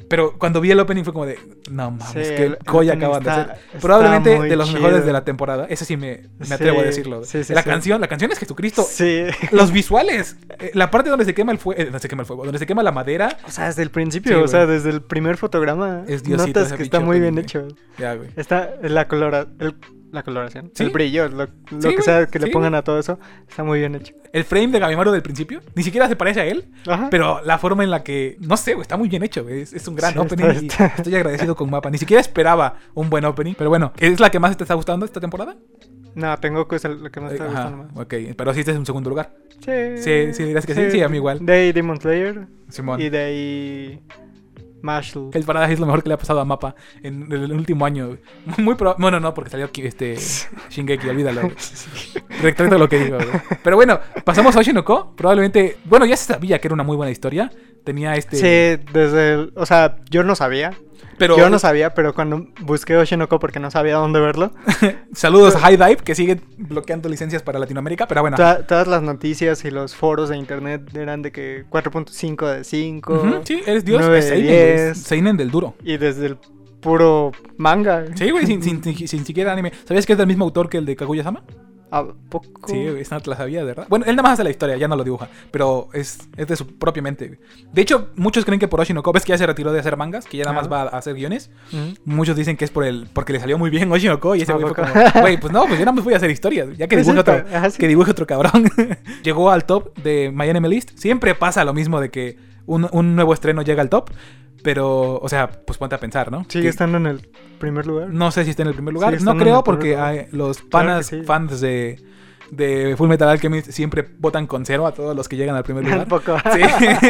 Pero cuando vi el opening fue como de, no mames, Sí, qué el- joya el acaban de está- hacer. está Probablemente muy de los chido. mejores de la temporada. Ese sí me, me atrevo Sí, a decirlo. sí, sí, la sí. canción, la canción es Jesucristo. Sí. Los visuales, eh, la parte donde se quema el fuego, donde se quema el fuego, donde se quema la madera. O sea, desde el principio, Sí, o sea, güey. desde el primer fotograma, Es Diosito notas ese que está pinche muy bien opening, hecho. Ya, güey. Está la colora, el- la coloración, ¿Sí? el brillo, lo, lo Sí, que güey, sea que le sí, pongan güey. a todo eso, está muy bien hecho. El frame de Gabimaru del principio, ni siquiera se parece a él, Ajá. pero la forma en la que, no sé, güey, está muy bien hecho, güey. Es, es un gran Sí, opening está- y está- estoy agradecido con Mapa. Ni siquiera esperaba un buen opening, pero bueno, ¿es la que más te está gustando esta temporada? No, tengo que es el- lo que me está Ajá, gustando más. ok, pero sí estás en segundo lugar. Sí, Sí, sí, dirás que sí, sí, a mí igual. De ahí Demon Slayer Simón. y de ahí Mashle. El Paradise es lo mejor que le ha pasado a Mapa en el último año. güey. Muy pro... Bueno, no, porque salió aquí este Shingeki, olvídalo. güey. Retracto lo que digo, güey. Pero bueno, pasamos a Oshinoko. Probablemente, bueno, ya se sabía que era una muy buena historia. Tenía este... Sí, desde el, o sea, yo no sabía. pero Yo no sabía, pero cuando busqué Oshinoko porque no sabía dónde verlo, saludos a High Dive, que sigue bloqueando licencias para Latinoamérica, pero bueno. to- todas las noticias y los foros de internet eran de que cuatro punto cinco de cinco. Ujú, sí, eres Dios. nueve Es de Seinen, güey, es diez. Seinen del duro. Y desde el puro manga. Sí, güey, sin, sin, sin, sin siquiera anime. ¿Sabías que es del mismo autor que el de Kaguya-sama? ¿A poco? Sí, güey, esa no te la sabía, de verdad. Bueno, él nada más hace la historia, ya no lo dibuja, pero es, es de su propia mente. güey. De hecho, muchos creen que por Oshinoko, ves que ya se retiró de hacer mangas, que ya nada más Ajá. va a hacer guiones. Ujú. Muchos dicen que es por el porque le salió muy bien Oshinoko y ese ¿A güey fue poco? como, güey, pues no, pues yo nada más voy a hacer historias, ya que Pues dibuje sí, otro, pero- ajá, sí. que dibuje otro cabrón. Llegó al top de My Anime List. Siempre pasa lo mismo de que un, un nuevo estreno llega al top, pero, o sea, pues ponte a pensar, ¿no? Sigue Que- estando en el primer lugar. No sé si está en el primer lugar. Sigue No estando en creo el primer porque lugar. hay- los Claro panas que sí. fans de, de Full Metal Alchemist siempre votan con cero a todos los que llegan al primer lugar. Un poco. Sí.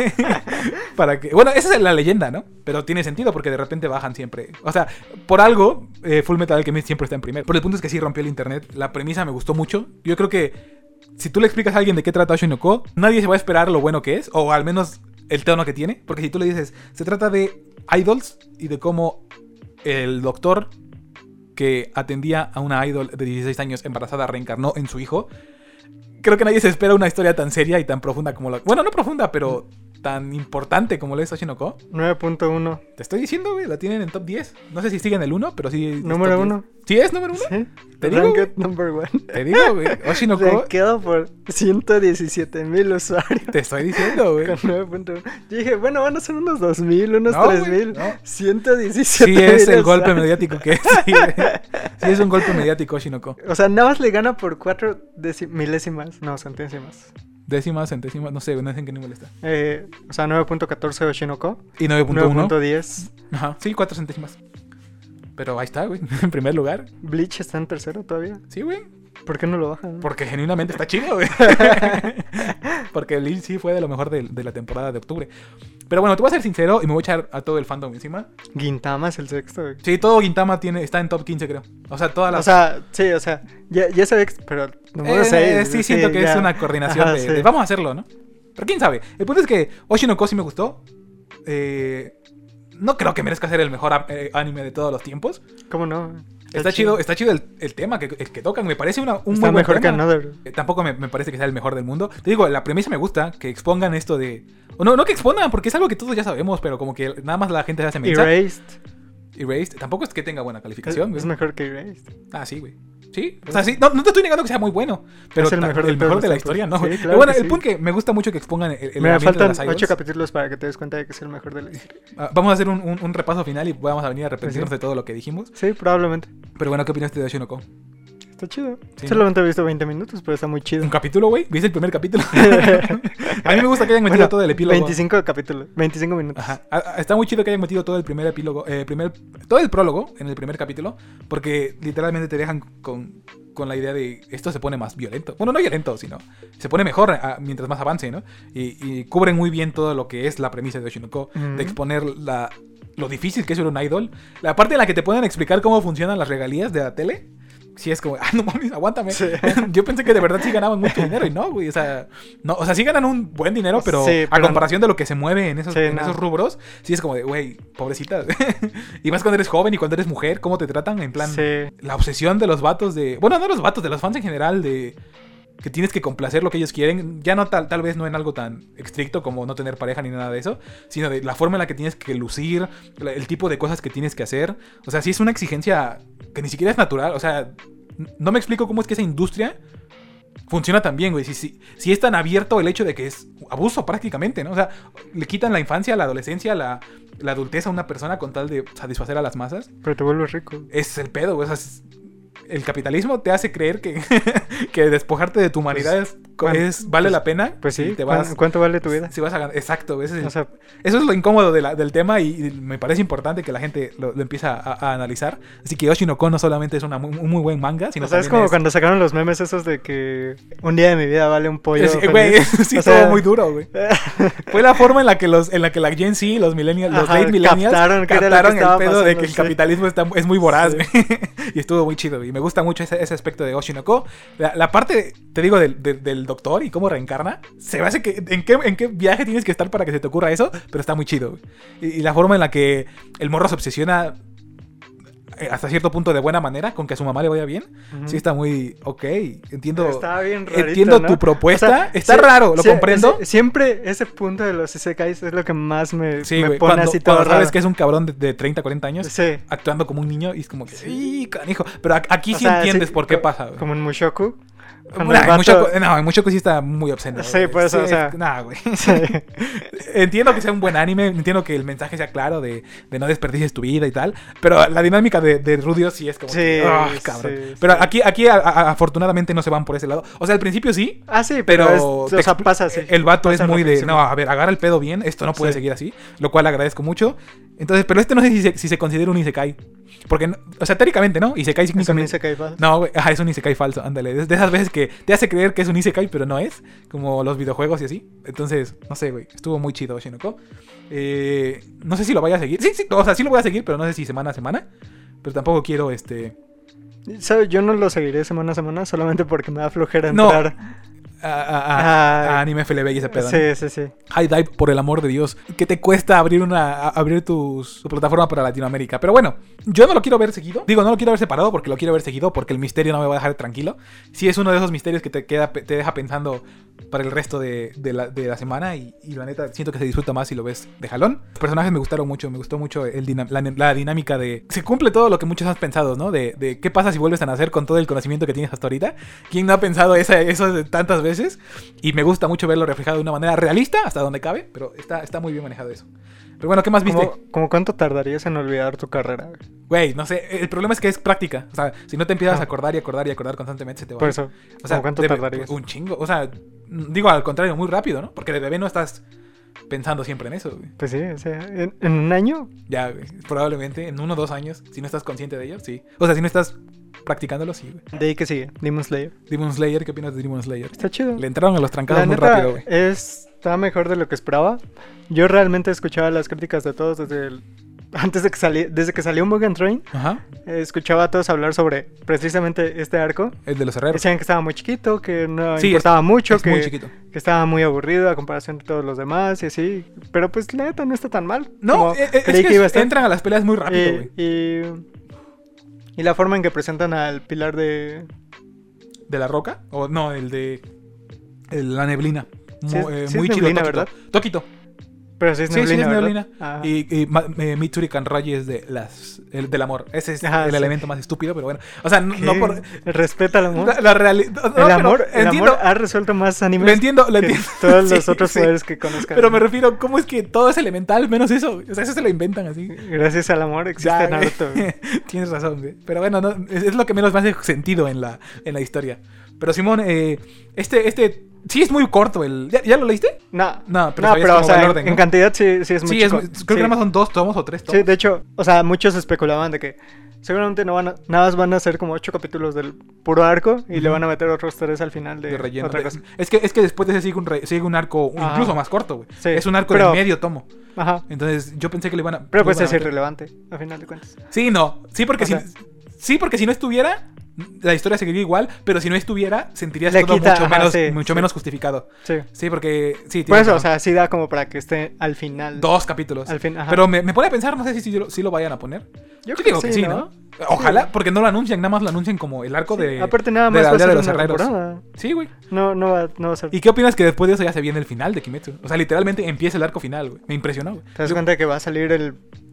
Para que, bueno, esa es la leyenda, ¿no? Pero tiene sentido porque de repente bajan siempre. O sea, por algo, eh, Full Metal Alchemist siempre está en primero. Pero el punto es que sí rompió el internet. La premisa me gustó mucho. Yo creo que si tú le explicas a alguien de qué trata Oshinoko, nadie se va a esperar lo bueno que es, o al menos el tono que tiene. Porque si tú le dices, se trata de idols y de cómo el doctor que atendía a una idol de dieciséis años embarazada reencarnó en su hijo, creo que nadie se espera una historia tan seria y tan profunda como la... Bueno, no profunda, pero tan importante como lo es Oshinoko. nueve punto uno. Te estoy diciendo, güey, la tienen en top diez. No sé si siguen el uno, pero sí... es Número top diez. uno. ¿Sí es número uno? Sí. Te digo, Ranked number one. Te digo, güey. Oshinoko, Se quedó por ciento diecisiete mil usuarios. te estoy diciendo, güey. Con nueve punto uno. Yo dije, bueno, van a ser unos dos mil, unos No, tres güey, mil. no. ciento diecisiete Sí es mil el golpe usuarios. mediático que es. Sí, güey. Sí es un golpe mediático Oshinoko. O sea, nada más le gana por cuatro deci- milésimas. No, centésimas. Décimas, centésimas, no sé, no sé en qué nivel está. Eh, o sea, nueve punto catorce Oshinoko. Y nueve punto nueve uno. punto diez. Ajá, sí, cuatro centésimas. Pero ahí está, güey, en primer lugar. Bleach está en tercero todavía. Sí, güey. ¿Por qué no lo bajan? Porque genuinamente está chido, güey. Porque Bleach sí fue de lo mejor de, de la temporada de octubre. Pero bueno, te voy a ser sincero y me voy a echar a todo el fandom encima. Gintama es el sexto. güey. Sí, todo Gintama tiene, está en top quince, creo. O sea, todas las... O sea, sí, o sea, ya, ya sabía, que- pero número Eh, seis. sí, siento que ya. es una coordinación Ajá, de, sí. de vamos a hacerlo, ¿no? Pero quién sabe. El punto es que Oshinoko sí me gustó. Eh, no creo que merezca ser el mejor a- eh, anime de todos los tiempos. ¿Cómo no? Está chido, está chido el, el tema que, el que tocan. Me parece una, un Está muy buen mejor que tema. Another. Eh, Tampoco me, me parece que sea el mejor del mundo. Te digo, la premisa me gusta, que expongan esto de... O no, no que expongan, porque es algo que todos ya sabemos, pero como que nada más la gente se hace mensa. Erased. Erased. Tampoco es que tenga buena Es, calificación. es güey. mejor que Erased. Ah, sí, güey. Sí, o sea, sí, no, no te estoy negando que sea muy bueno, pero Es el ta- mejor de el mejor todos de la los historia, tiempos. no. Sí, güey. claro Pero bueno, que el sí. punto que me gusta mucho que expongan el, el Me ambiente de faltan las idols. ocho capítulos para que te des cuenta de que es el mejor de la historia. Ah, vamos a hacer un, un- un repaso final y vamos a venir a arrepentirnos Sí. de todo lo que dijimos. Sí, probablemente. Pero bueno, ¿qué opinaste de Oshinoko? Está chido. Sí, Solamente he visto veinte minutos, pero está muy chido. ¿Un capítulo, güey? ¿Viste el primer capítulo? A mí me gusta que hayan metido Bueno, todo el epílogo. veinticinco capítulos, veinticinco minutos. Ajá. Ah, ah, Está muy chido que hayan metido todo el primer epílogo, eh, primer, todo el prólogo en el primer capítulo, porque literalmente te dejan con, con la idea de esto se pone más violento. Bueno, no violento, sino se pone mejor ah, mientras más avance, ¿no? Y, y cubren muy bien todo lo que es la premisa de Oshinoko, Ujú. de exponer la, lo difícil que es ser un idol. La parte en la que te pueden explicar cómo funcionan las regalías de la tele. Sí, es como, ah, no mames, aguántame. Sí. Yo pensé que de verdad sí ganaban mucho dinero y no, güey. O sea, no, o sea, sí ganan un buen dinero, pero, Sí, a pero comparación de lo que se mueve en esos, Sí, en no. esos rubros, sí es como de, güey, pobrecita. Y más cuando eres joven y cuando eres mujer, ¿cómo te tratan? En plan, Sí. la obsesión de los vatos de. Bueno, no los vatos, de los fans en general, de. que tienes que complacer lo que ellos quieren, ya no tal, tal vez no en algo tan estricto como no tener pareja ni nada de eso, sino de la forma en la que tienes que lucir, la- el tipo de cosas que tienes que hacer. O sea, sí es una exigencia que ni siquiera es natural. O sea, n- no me explico cómo es que esa industria funciona tan bien, güey. Si, si, si es tan abierto el hecho de que es abuso prácticamente, ¿no? O sea, le quitan la infancia, la adolescencia, la, la adultez a una persona con tal de satisfacer a las masas. Pero te vuelves rico. Es el pedo, güey. O sea, es- el capitalismo te hace creer que, que despojarte de tu humanidad es, ¿cuán- es- vale pues- la pena. Pues sí, y te ¿cuán- vas, ¿cuánto vale tu vida? si vas a ganar. Exacto, ese es el- O sea, eso es lo incómodo de la- del tema y, y me parece importante que la gente lo, lo empiece a, a analizar. Así que Oshinoko no solamente es una muy- un muy buen manga, sino o sea, es también como cuando sacaron los memes esos de que un día de mi vida vale un pollo. Es- güey, feliz. sí, O sea, estuvo muy duro, güey. Fue la forma en la que los, en la que la Gen Z, los millennials, los Ajá, late millennials captaron qué era lo que captaron el estaba pedo de pasando, que el sí. capitalismo está, es muy voraz, Sí. güey. Y estuvo muy chido, y me gusta mucho ese, ese aspecto de Oshinoko. La, la parte, te digo, del, del, del doctor y cómo reencarna, se me hace que en qué, en qué viaje tienes que estar para que se te ocurra eso, pero está muy chido, güey. Y, y la forma en la que el morro se obsesiona eh, hasta cierto punto de buena manera con que a su mamá le vaya bien, Ujú. sí está muy ok. Entiendo, Está bien rarito, entiendo ¿no? tu propuesta. O sea, está sí- raro, lo sí- comprendo. ese- siempre ese punto de los isekais es lo que más me, Sí, me güey. pone Cuando, así todo cuando sabes raro. que es un cabrón de, de treinta, cuarenta años Sí. actuando como un niño y es como que, Sí. sí, canijo. Pero a- aquí O sí sea, entiendes sí, por qué co- pasa, güey. Como en Mushoku. Cuando Nah, el en vato- Mushoku- no, en Mushoku sí está muy obsceno. Sí, güey. por eso, o sea- Nah, güey. Sí. Entiendo que sea un buen anime, entiendo que el mensaje sea claro de, de no desperdicies tu vida y tal, pero la dinámica de, de Rudio sí es como Sí, que, ah, sí, cabrón. sí. Pero aquí, aquí a- a- afortunadamente no se van por ese lado. O sea, al principio sí, Ah, sí, pero, pero es- te o sea, expl- pasa así. el vato es Pasa muy de, rapidísimo. no, a ver, agarra el pedo bien, esto no puede Sí. seguir así, lo cual agradezco mucho. Entonces, pero este no sé si se, si se considera un isekai. Porque, no- o sea, teóricamente, ¿no? Isekai Es un técnicamente... isekai falso. No, güey, ajá, es un isekai falso, ándale. Es de esas veces que te hace creer que es un isekai, pero no es. Como los videojuegos y así. Entonces, no sé, güey. Estuvo muy chido Oshinoko. Eh, no sé si lo vaya a seguir. Sí, sí, o sea, sí lo voy a seguir, pero no sé si semana a semana. Pero tampoco quiero, este... ¿Sabes? Yo no lo seguiré semana a semana solamente porque me da flojera No. entrar. A, a- a- Ah, a Anime F L B y ese pedo, ¿no? Sí, sí, sí. High Dive, por el amor de Dios. ¿Qué te cuesta abrir una a- abrir tu, tu plataforma para Latinoamérica? Pero bueno, yo no lo quiero ver seguido. Digo, no lo quiero ver separado porque lo quiero ver seguido, porque el misterio no me va a dejar tranquilo. Sí es uno de esos misterios que te queda te deja pensando para el resto de, de la, de la semana y, y la neta siento que se disfruta más si lo ves de jalón. Los personajes me gustaron mucho, me gustó mucho el dina- la, la dinámica de... Se cumple todo lo que muchos han pensado, ¿no? De, de qué pasa si vuelves a nacer con todo el conocimiento que tienes hasta ahorita. ¿Quién no ha pensado esa, eso de tantas veces? Y me gusta mucho verlo reflejado de una manera realista, hasta donde cabe, pero está, está muy bien manejado eso. Pero bueno, ¿qué más viste? ¿Cómo, cómo cuánto tardarías en olvidar tu carrera? Güey, no sé, el problema es que es práctica. O sea, si no te empiezas Ah. a acordar y acordar y acordar constantemente, se te va. Por eso. O sea, ¿Cómo cuánto de- tardarías? Un chingo. O sea, digo al contrario, muy rápido, ¿no? Porque de bebé no estás pensando siempre en eso, güey. Pues sí, o sea, en, en un año. Ya, güey. Probablemente en uno o dos años, si no estás consciente de ello, sí. O sea, si no estás practicándolo, sí, güey. De ahí que sigue, Demon Slayer. Demon Slayer, ¿qué opinas de Demon Slayer? Está chido. Le entraron a los trancados La muy neta, rápido, güey. es- está mejor de lo que esperaba. Yo realmente escuchaba las críticas de todos desde el- antes de que sali- desde que salió Mugen Train. Ajá. eh, escuchaba a todos hablar sobre precisamente este arco. El de los herreros. Decían que estaba muy chiquito, que no Sí, importaba mucho, Es que, muy chiquito. que estaba muy aburrido a comparación de todos los demás y así. Pero pues la neta no está tan mal. No, como eh, eh, creí es que, que iba a estar. entran a las peleas muy rápido, güey. y, y, y la forma en que presentan al pilar de... ¿De la roca? O no, el de... el- la neblina. Mu- Sí es- eh, sí es muy chido, neblina, Tokito. ¿verdad? Tokito. Pero sí es Sí, sí, neblina, es ¿verdad? neblina. Ah. Y, y Ma- eh, Mitsuri Kanraji es de las, el, del amor. Ese es Ajá, el sí. elemento más estúpido, pero bueno. O sea, no, ¿Qué? no por... Respeta el amor. La, la realidad... no, el pero amor, el entiendo, amor ha resuelto más animes lo entiendo, lo que entiendo. todos los Sí, otros sí. poderes que conozcan. Pero me refiero, ¿cómo es que todo es elemental menos eso? Güey? O sea, eso se lo inventan así. Gracias al amor existe Ya, Naruto. güey. Tienes razón, güey. Pero bueno, no, es, es lo que menos me hace sentido en la, en la historia. Pero Simón, eh, este, este... Sí es muy corto el... ¿Ya, ya lo leíste? No, No, pero no, sabías pero o cómo va sea, el en, orden, en ¿no? cantidad sí, sí es muy Sí, es, chico. muy- creo Sí. que nada más son dos tomos o tres tomos. Sí, de hecho, o sea, muchos especulaban de que seguramente no van a, nada más van a ser como ocho capítulos del puro arco y le Ujú. van a meter otros tres al final de, de relleno. otra De- cosa. Es que, es que después de ese sigue un, re- sigue un arco Ajá. incluso más corto, güey. Sí, Es un arco pero- de medio tomo. Ajá. Entonces yo pensé que le iban a... Pero le pues iban a es meter- irrelevante, a final de cuentas. Sí, no. Sí, porque, O si, sea- sí, porque si no estuviera, la historia seguiría igual, pero si no estuviera, sentirías Le todo quita, mucho, ajá, menos, sí, mucho sí. menos justificado. Sí. Sí, porque... Sí, Por tienes eso, o razón. sea, sí da como para que esté al final. Dos capítulos. Al fin, ajá. Pero me, me pone a pensar, no sé si, si, lo, si lo vayan a poner. Yo Yo creo digo que sí, ¿no? Ojalá, porque no lo anuncian, nada más lo anuncian como el arco Sí, de, aparte nada de más la va a aldea ser de los una herreros. temporada. Sí, güey. No, no va, no va a ser. ¿Y qué opinas que después de eso ya se viene el final de Kimetsu? O sea, literalmente empieza el arco final, güey. Me impresionó, güey. ¿Te das Yo- cuenta que va a salir el...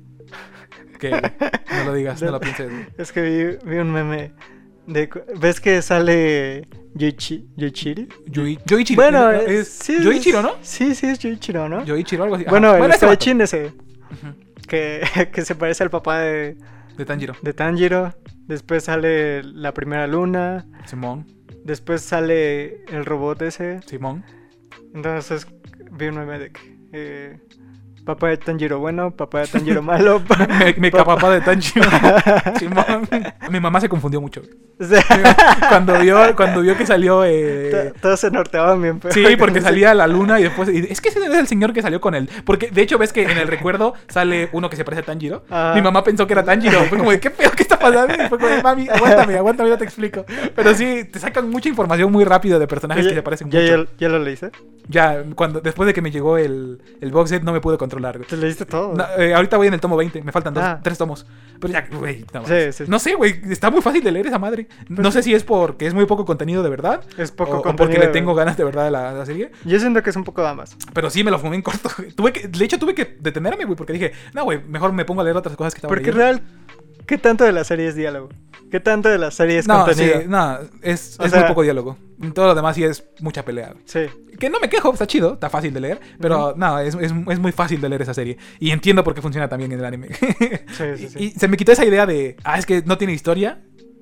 Que no lo digas, no lo pienses, güey. Es que vi, vi un meme de... cu- ¿Ves que sale Yoichi, Yoichiri? Yui- Yoichiro. Bueno, es, es, sí, Yoichiro, es- ¿no? Sí, sí, es Yoichiro, ¿no? Yoichiro, algo así. Ajá. Bueno, el ese vato. espadachín ese, Ujú. que, que se parece al papá de, De Tanjiro. de Tanjiro. Después sale la primera luna. Simón. Después sale el robot ese. Simón. Entonces vi un meme de que... eh, papá de Tanjiro bueno, papá de Tanjiro malo. Me, me papá- capapá de Tanjiro. Simón. Mi mamá se confundió mucho. O sea, Cuando vio, cuando vio que salió. Eh... to- todos se norteaban bien. pero- Sí, porque salía la luna y después... y es que ese no es el señor que salió con él. Porque, de hecho, ves que en el recuerdo sale uno que se parece a Tanjiro. Ajá. Mi mamá pensó que era Tanjiro. Fue como de, ¿qué pedo? ¿Qué está pasando? Y fue como de, mami, aguántame, aguántame, yo te explico. Pero sí, te sacan mucha información muy rápido de personajes Oye, que se parecen ¿ya, mucho. ya, ya lo leíste? Ya, cuando, después de que me llegó el, el box set, no me pude controlar, güey. ¿Te leíste todo? No, eh, ahorita voy en el tomo veinte, me faltan dos, Ah. tres tomos. Pero ya, güey, no, Sí, mames. sí. No sé, güey, está muy fácil de leer esa madre. No sé si es porque es muy poco contenido de verdad. Es poco o, o contenido porque le de tengo verdad. ganas de verdad de la, la serie. Yo siento que es un poco de ambas. Pero sí me lo fumé en corto, güey. Tuve que, de hecho, tuve que detenerme, güey, porque dije, no, güey, mejor me pongo a leer otras cosas que estaba Porque leyendo. real, ¿qué tanto de la serie es diálogo? ¿Qué tanto de la serie es No, contenido? sí, no, es, O es sea- muy poco diálogo. Todo lo demás sí es mucha pelea, güey. Sí. Que no me quejo, está chido, está fácil de leer. Pero Ujú. no, es, es, es muy fácil de leer esa serie. Y entiendo por qué funciona también en el anime. Sí, sí, sí. Y, y se me quitó esa idea de, ah, es que no tiene historia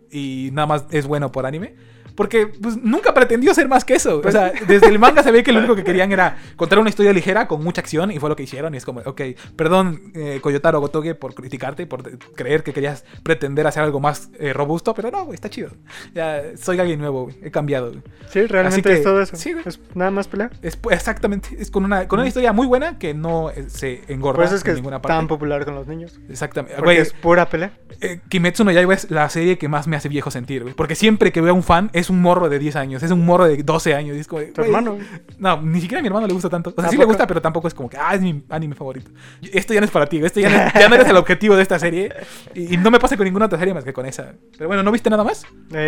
y nada más es bueno por anime. Porque pues, nunca pretendió ser más que eso. O sea, desde el manga se ve que lo único que querían era contar una historia ligera con mucha acción y fue lo que hicieron. Y es como, ok, perdón, eh, Koyotaro Gotoge, por criticarte, por de- creer que querías pretender hacer algo más eh, robusto. Pero no, güey, está chido. Ya soy alguien nuevo, güey. He cambiado, güey. Sí, realmente que- es todo eso. sí, güey. Es nada más pelea. Es, exactamente, es con una, con una historia muy buena que no eh, se engorda Por eso es que en es ninguna parte. tan popular con los niños. Exactamente. Porque Güey, es pura pelea. eh, Kimetsu no Yaiba es la serie que más me hace viejo sentir, güey. Porque siempre que veo a un fan es un morro de diez años, es un morro de doce años. Y es como, de, Tu güey, hermano. No, ni siquiera a mi hermano le gusta tanto. O sea, sí ¿A le poco? gusta, pero tampoco es como que, ah, es mi anime favorito. Esto ya no es para ti, güey. Esto ya no, ya no eres el objetivo de esta serie. Y, y no me pasa con ninguna otra serie más que con esa. Pero bueno, ¿no viste nada más?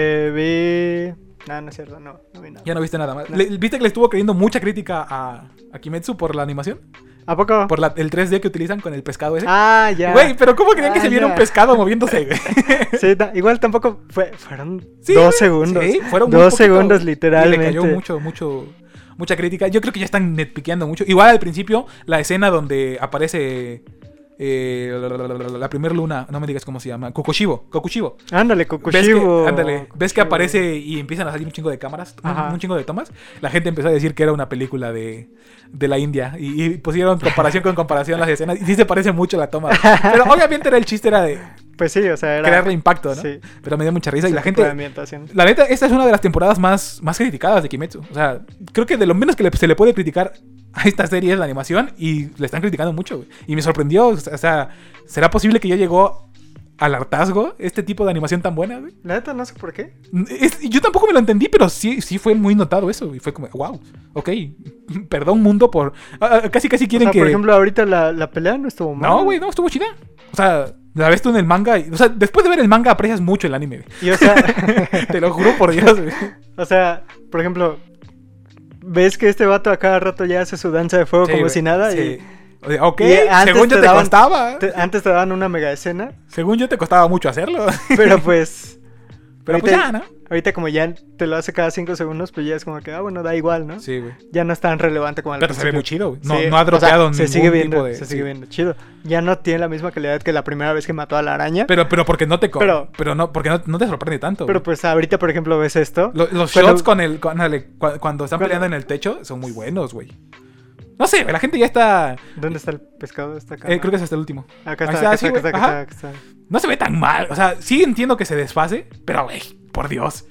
Eh, vi... No, no es cierto, no, no vi nada. Ya no viste nada más. No. Le- ¿Viste que le estuvo creyendo mucha crítica a, a Kimetsu por la animación? ¿A poco? Por la- el tres D que utilizan con el pescado ese. Ah, ya. Güey, pero ¿cómo querían que Ah, se viera ya. un pescado moviéndose, güey? Sí, ta- igual tampoco fue, fueron Sí, dos güey. segundos. Sí, fueron muy dos poquito. segundos Y literalmente. le cayó mucho, mucho, mucha crítica. Yo creo que ya están netpiqueando mucho. Igual al principio, la escena donde aparece eh, la, la, la, la- la primera luna, no me digas cómo se llama, Kokushibo, Kokushibo. Ándale, ¿Ves Kokushibo. que, ándale, ves que Kokushibo. aparece y empiezan a salir un chingo de cámaras, un, Ajá. un chingo de tomas. La gente empezó a decir que era una película de, de la India y, y pusieron comparación con comparación las escenas y sí se parece mucho la toma. Pero obviamente era el chiste era de Pues sí, o sea, era... crearle impacto, ¿no? Sí. Pero me dio mucha risa y ese la tipo de gente... ambientación. La neta, esta es una de las temporadas más, más criticadas de Kimetsu. O sea, creo que de lo menos que le- se le puede criticar a esta serie es la animación y le están criticando mucho, güey. Y me sorprendió, o sea, ¿será posible que ya llegó al hartazgo este tipo de animación tan buena, güey? La neta no sé por qué. Es- yo tampoco me lo entendí, pero sí, sí fue muy notado eso. Y fue como, wow, ok, perdón mundo por... ah, ah, casi casi O quieren sea, que... por ejemplo, ahorita la, la pelea no estuvo mal. No, güey, no, estuvo chida. O sea, la ves tú en el manga. Y, o sea, después de ver el manga aprecias mucho el anime, güey. Y o sea, Te lo juro por Dios, güey. o sea, por ejemplo, ves que este vato a cada rato ya hace su danza de fuego Sí, como güey, si nada sí. y O sea, ok, y antes según yo te te daban- costaba. te- antes te daban una mega escena, Según yo te costaba mucho hacerlo. pero pues... Pero pues ahorita, ya, ¿no? ahorita como ya te lo hace cada cinco segundos, pues ya es como que, ah, bueno, da igual, ¿no? Sí, güey. Ya no es tan relevante como al Pero se ve principio. muy chido, güey. No, Sí, no ha o sea, dropeado se ningún sigue viendo, tipo de... se sí. sigue viendo chido. Ya no tiene la misma calidad que la primera vez que mató a la araña. Pero, pero porque no te... co- Pero- Pero, no, porque no, no te sorprende tanto, Pero güey. pues ahorita, por ejemplo, ves esto. Lo- los cuando- shots con el... con- ándale, cu- cuando están Cuando- peleando en el techo son muy buenos, güey. No sé, la gente ya está... ¿Dónde está el pescado? Está acá. eh, ¿no? creo que es hasta el último. Acá Ahí está, acá sí, está, acá güey. está, Ajá. acá está, acá está. No se ve tan mal. O sea, sí entiendo que se desfase, pero, güey, por Dios.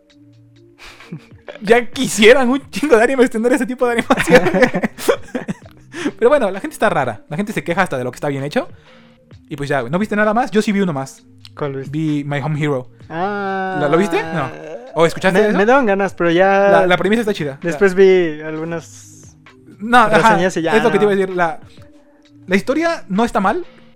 Ya quisieran un chingo de anime extender ese tipo de animación. Pero bueno, la gente está rara. La gente se queja hasta de lo que está bien hecho. Y pues ya, güey. ¿No viste nada más? Yo sí vi uno más. ¿Cuál viste? Vi My Home Hero. Ah, ¿La- lo viste? No. ¿O escuchaste me, eso? me daban ganas, pero ya... La, la premisa está chida. Después vi algunas... No, ajá, reseñas y ya, es lo que te no. iba a decir. La, la historia no está mal.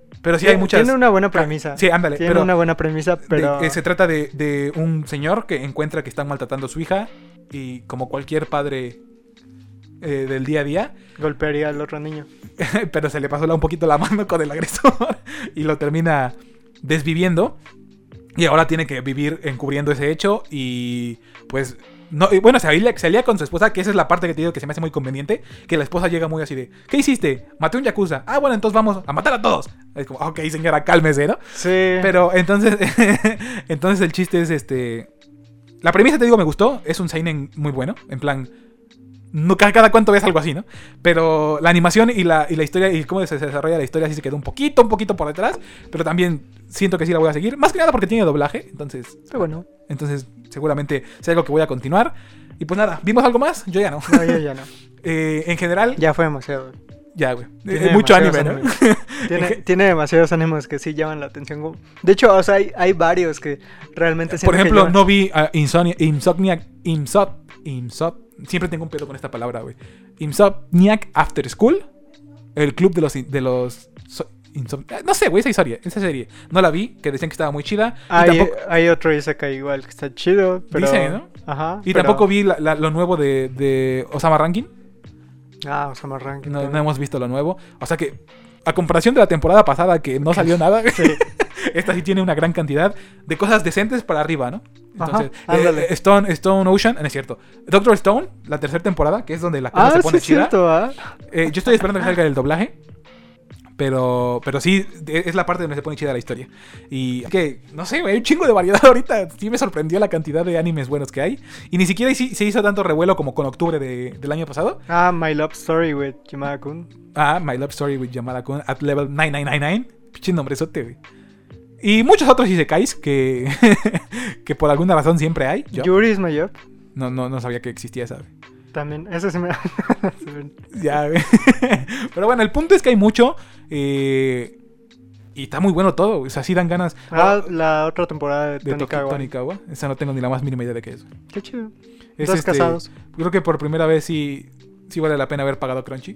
Pero sí hay muchas... Tiene una buena premisa. Sí, ándale. Tiene pero una buena premisa, pero... de- eh, se trata de, de un señor que encuentra que están maltratando a su hija y como cualquier padre eh, del día a día, golpearía al otro niño. pero se le pasó la- un poquito la mano con el agresor y lo termina desviviendo. Y ahora tiene que vivir encubriendo ese hecho y pues... No, y bueno, se alía, se alía con su esposa, que esa es la parte que te digo que se me hace muy conveniente, que la esposa llega muy así de, ¿qué hiciste? Maté un yakuza. Ah, bueno, entonces vamos a matar a todos. Es como, ok, señora, cálmese, ¿no? Sí. Pero entonces, entonces el chiste es este... La premisa, te digo, me gustó, es un seinen muy bueno, en plan... No, cada, cada cuánto ves algo así, ¿no? Pero la animación y la, y la historia y cómo se desarrolla la historia sí se quedó un poquito, un poquito por detrás. Pero también siento que sí la voy a seguir. Más que nada porque tiene doblaje. Entonces, Pero bueno. entonces seguramente sea algo que voy a continuar. Y pues nada, ¿vimos algo más? Yo ya no. No, yo ya no. Eh, en general, Ya fue demasiado. ya, güey. Tiene Eh, mucho anime, demasiados ¿no? animes. Tiene, tiene demasiados animes que sí llaman la atención. como- De hecho, o sea, hay, hay varios que realmente siento Por que ejemplo, llaman- no vi a Insomnia, Insomniac, Insop, Insop, siempre tengo un pedo con esta palabra, güey. Insomniac After School, el club de los, de los, so- Insom- eh, no sé, güey, esa historia, esa serie. No la vi, que decían que estaba muy chida. Y Hay, tampoco, hay otro Isekai igual que está chido, pero... Dice, ¿no? Ajá. y pero- tampoco vi la- la- lo nuevo de, de Osama Rankin. Ah, Osama Rankin. No, también. no hemos visto lo nuevo. O sea que, a comparación de la temporada pasada que no salió nada, Sí. esta sí tiene una gran cantidad de cosas decentes para arriba, ¿no? Entonces, Ajá, ándale. eh, Stone, Stone Ocean, no es cierto. Doctor Stone, la tercera temporada, que es donde la cosa Ah, se sí pone es chida. cierto, ¿ah? Eh, yo estoy esperando que salga el doblaje. Pero, pero sí, de- es la parte donde se pone chida la historia. Y es que, no sé, güey, hay un chingo de variedad ahorita. Sí me sorprendió la cantidad de animes buenos que hay. Y ni siquiera hici- se hizo tanto revuelo como con octubre de- del año pasado. Ah, My Love Story with Yamada-kun. Ah, My Love Story with Yamada-kun at level nueve nueve nueve nueve. Pinche nombrezote, güey. Y muchos otros isekais que, que por alguna razón siempre hay. Yo Yuri is My Job. no, no, no sabía que existía esa, güey. También, eso sí me... se me- Ya, güey. Pero bueno, el punto es que hay mucho. eh, y está muy bueno todo. O sea, sí dan ganas. Ah, la otra temporada de, de Tony Toki- Kawa. Tonikawa. Esa no tengo ni la más mínima idea de qué es. güey. Qué chido. Es Dos este, casados. Creo que por primera vez sí, sí vale la pena haber pagado Crunchy.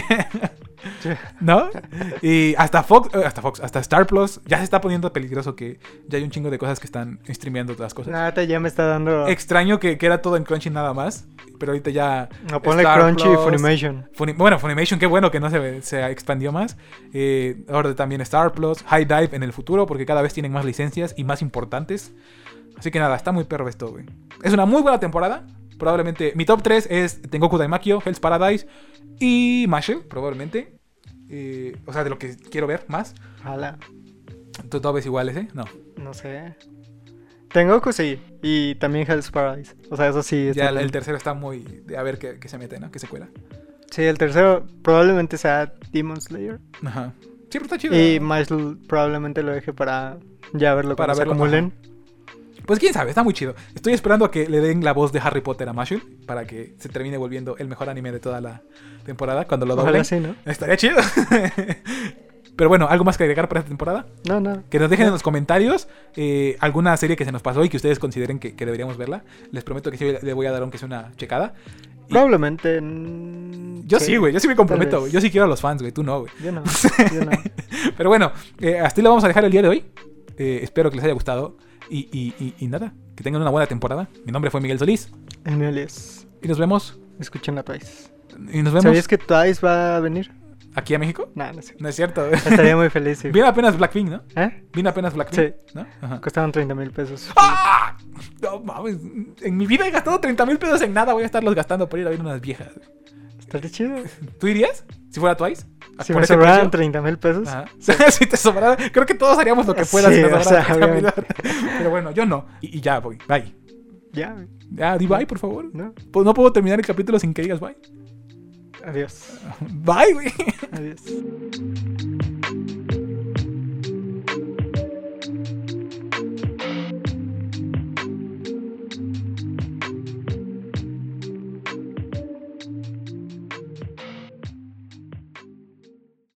Sí. ¿No? Y hasta Fox, eh, hasta Fox, hasta Star Plus ya se está poniendo peligroso que ya hay un chingo de cosas que están streameando otras cosas. Nada, ya me está dando... Extraño que, que era todo en Crunchy nada más, pero ahorita ya... No, ponle Star Crunchy y Plus, Funimation. Funi- bueno, Funimation, qué bueno que no se, se expandió más. Eh, ahora también Star Plus, High Dive en el futuro, porque cada vez tienen más licencias y más importantes. Así que nada, está muy perro esto, güey. Es una muy buena temporada. Probablemente mi top tres es Tengoku Daimakyo, Hell's Paradise y Mashle, probablemente. Eh, o sea, de lo que quiero ver más. Ojalá. ¿Tú todo ves iguales, eh? No. No sé. Tengoku sí. Y también Hell's Paradise. O sea, eso sí. Ya está el, bien. el tercero está muy... de a ver qué, qué se mete, ¿no? Qué secuela. Sí, el tercero probablemente sea Demon Slayer. Ajá. Sí, pero está chido. Y Mashle probablemente lo deje para ya verlo Para cuando se verlo, acumulen. Pues quién sabe, está muy chido. Estoy esperando a que le den la voz de Harry Potter a Mashle para que se termine volviendo el mejor anime de toda la temporada cuando lo doblen. Ojalá sí, ¿no? Estaría chido. Pero bueno, ¿algo más que agregar para esta temporada? No, no. Que nos dejen en los comentarios eh, alguna serie que se nos pasó y que ustedes consideren que, que deberíamos verla. Les prometo que sí le voy a dar aunque sea una checada. Y Probablemente. mm, yo sí, güey, yo sí me comprometo, Tal güey. vez. Yo sí quiero a los fans, güey, tú no, güey. Yo no. Yo no. Pero bueno, eh, hasta ahí lo vamos a dejar el día de hoy. Eh, espero que les haya gustado. Y, y, y, y nada, que tengan una buena temporada. Mi nombre fue Miguel Solís. El mío es. Y nos vemos. Escuchen a Twice. Y nos vemos ¿Sabías que Twice va a venir? aquí a México. Nah, no sé. No es cierto. Estaría muy feliz. Sí. Viene apenas Blackpink, ¿no? ¿Eh? Viene apenas Blackpink. Sí. ¿No? Ajá. Costaban treinta mil pesos. ¡Ah! No mames. En mi vida he gastado treinta mil pesos en nada. Voy a estarlos gastando por ir a ver unas viejas. Estaría chido. ¿Tú irías? Si fuera Twice. Si ¿Por me ese sobraran precio? treinta mil pesos. Ajá. Si te sobrara. Creo que todos haríamos lo que pueda Sí, si nos o sobrara sea, treinta mil. Pero bueno, yo no. Y, y ya, voy. Bye. Ya, güey. Ya, di bye, por favor. ¿no? Pues no puedo terminar el capítulo sin que digas bye. Adiós. Bye, güey. Adiós.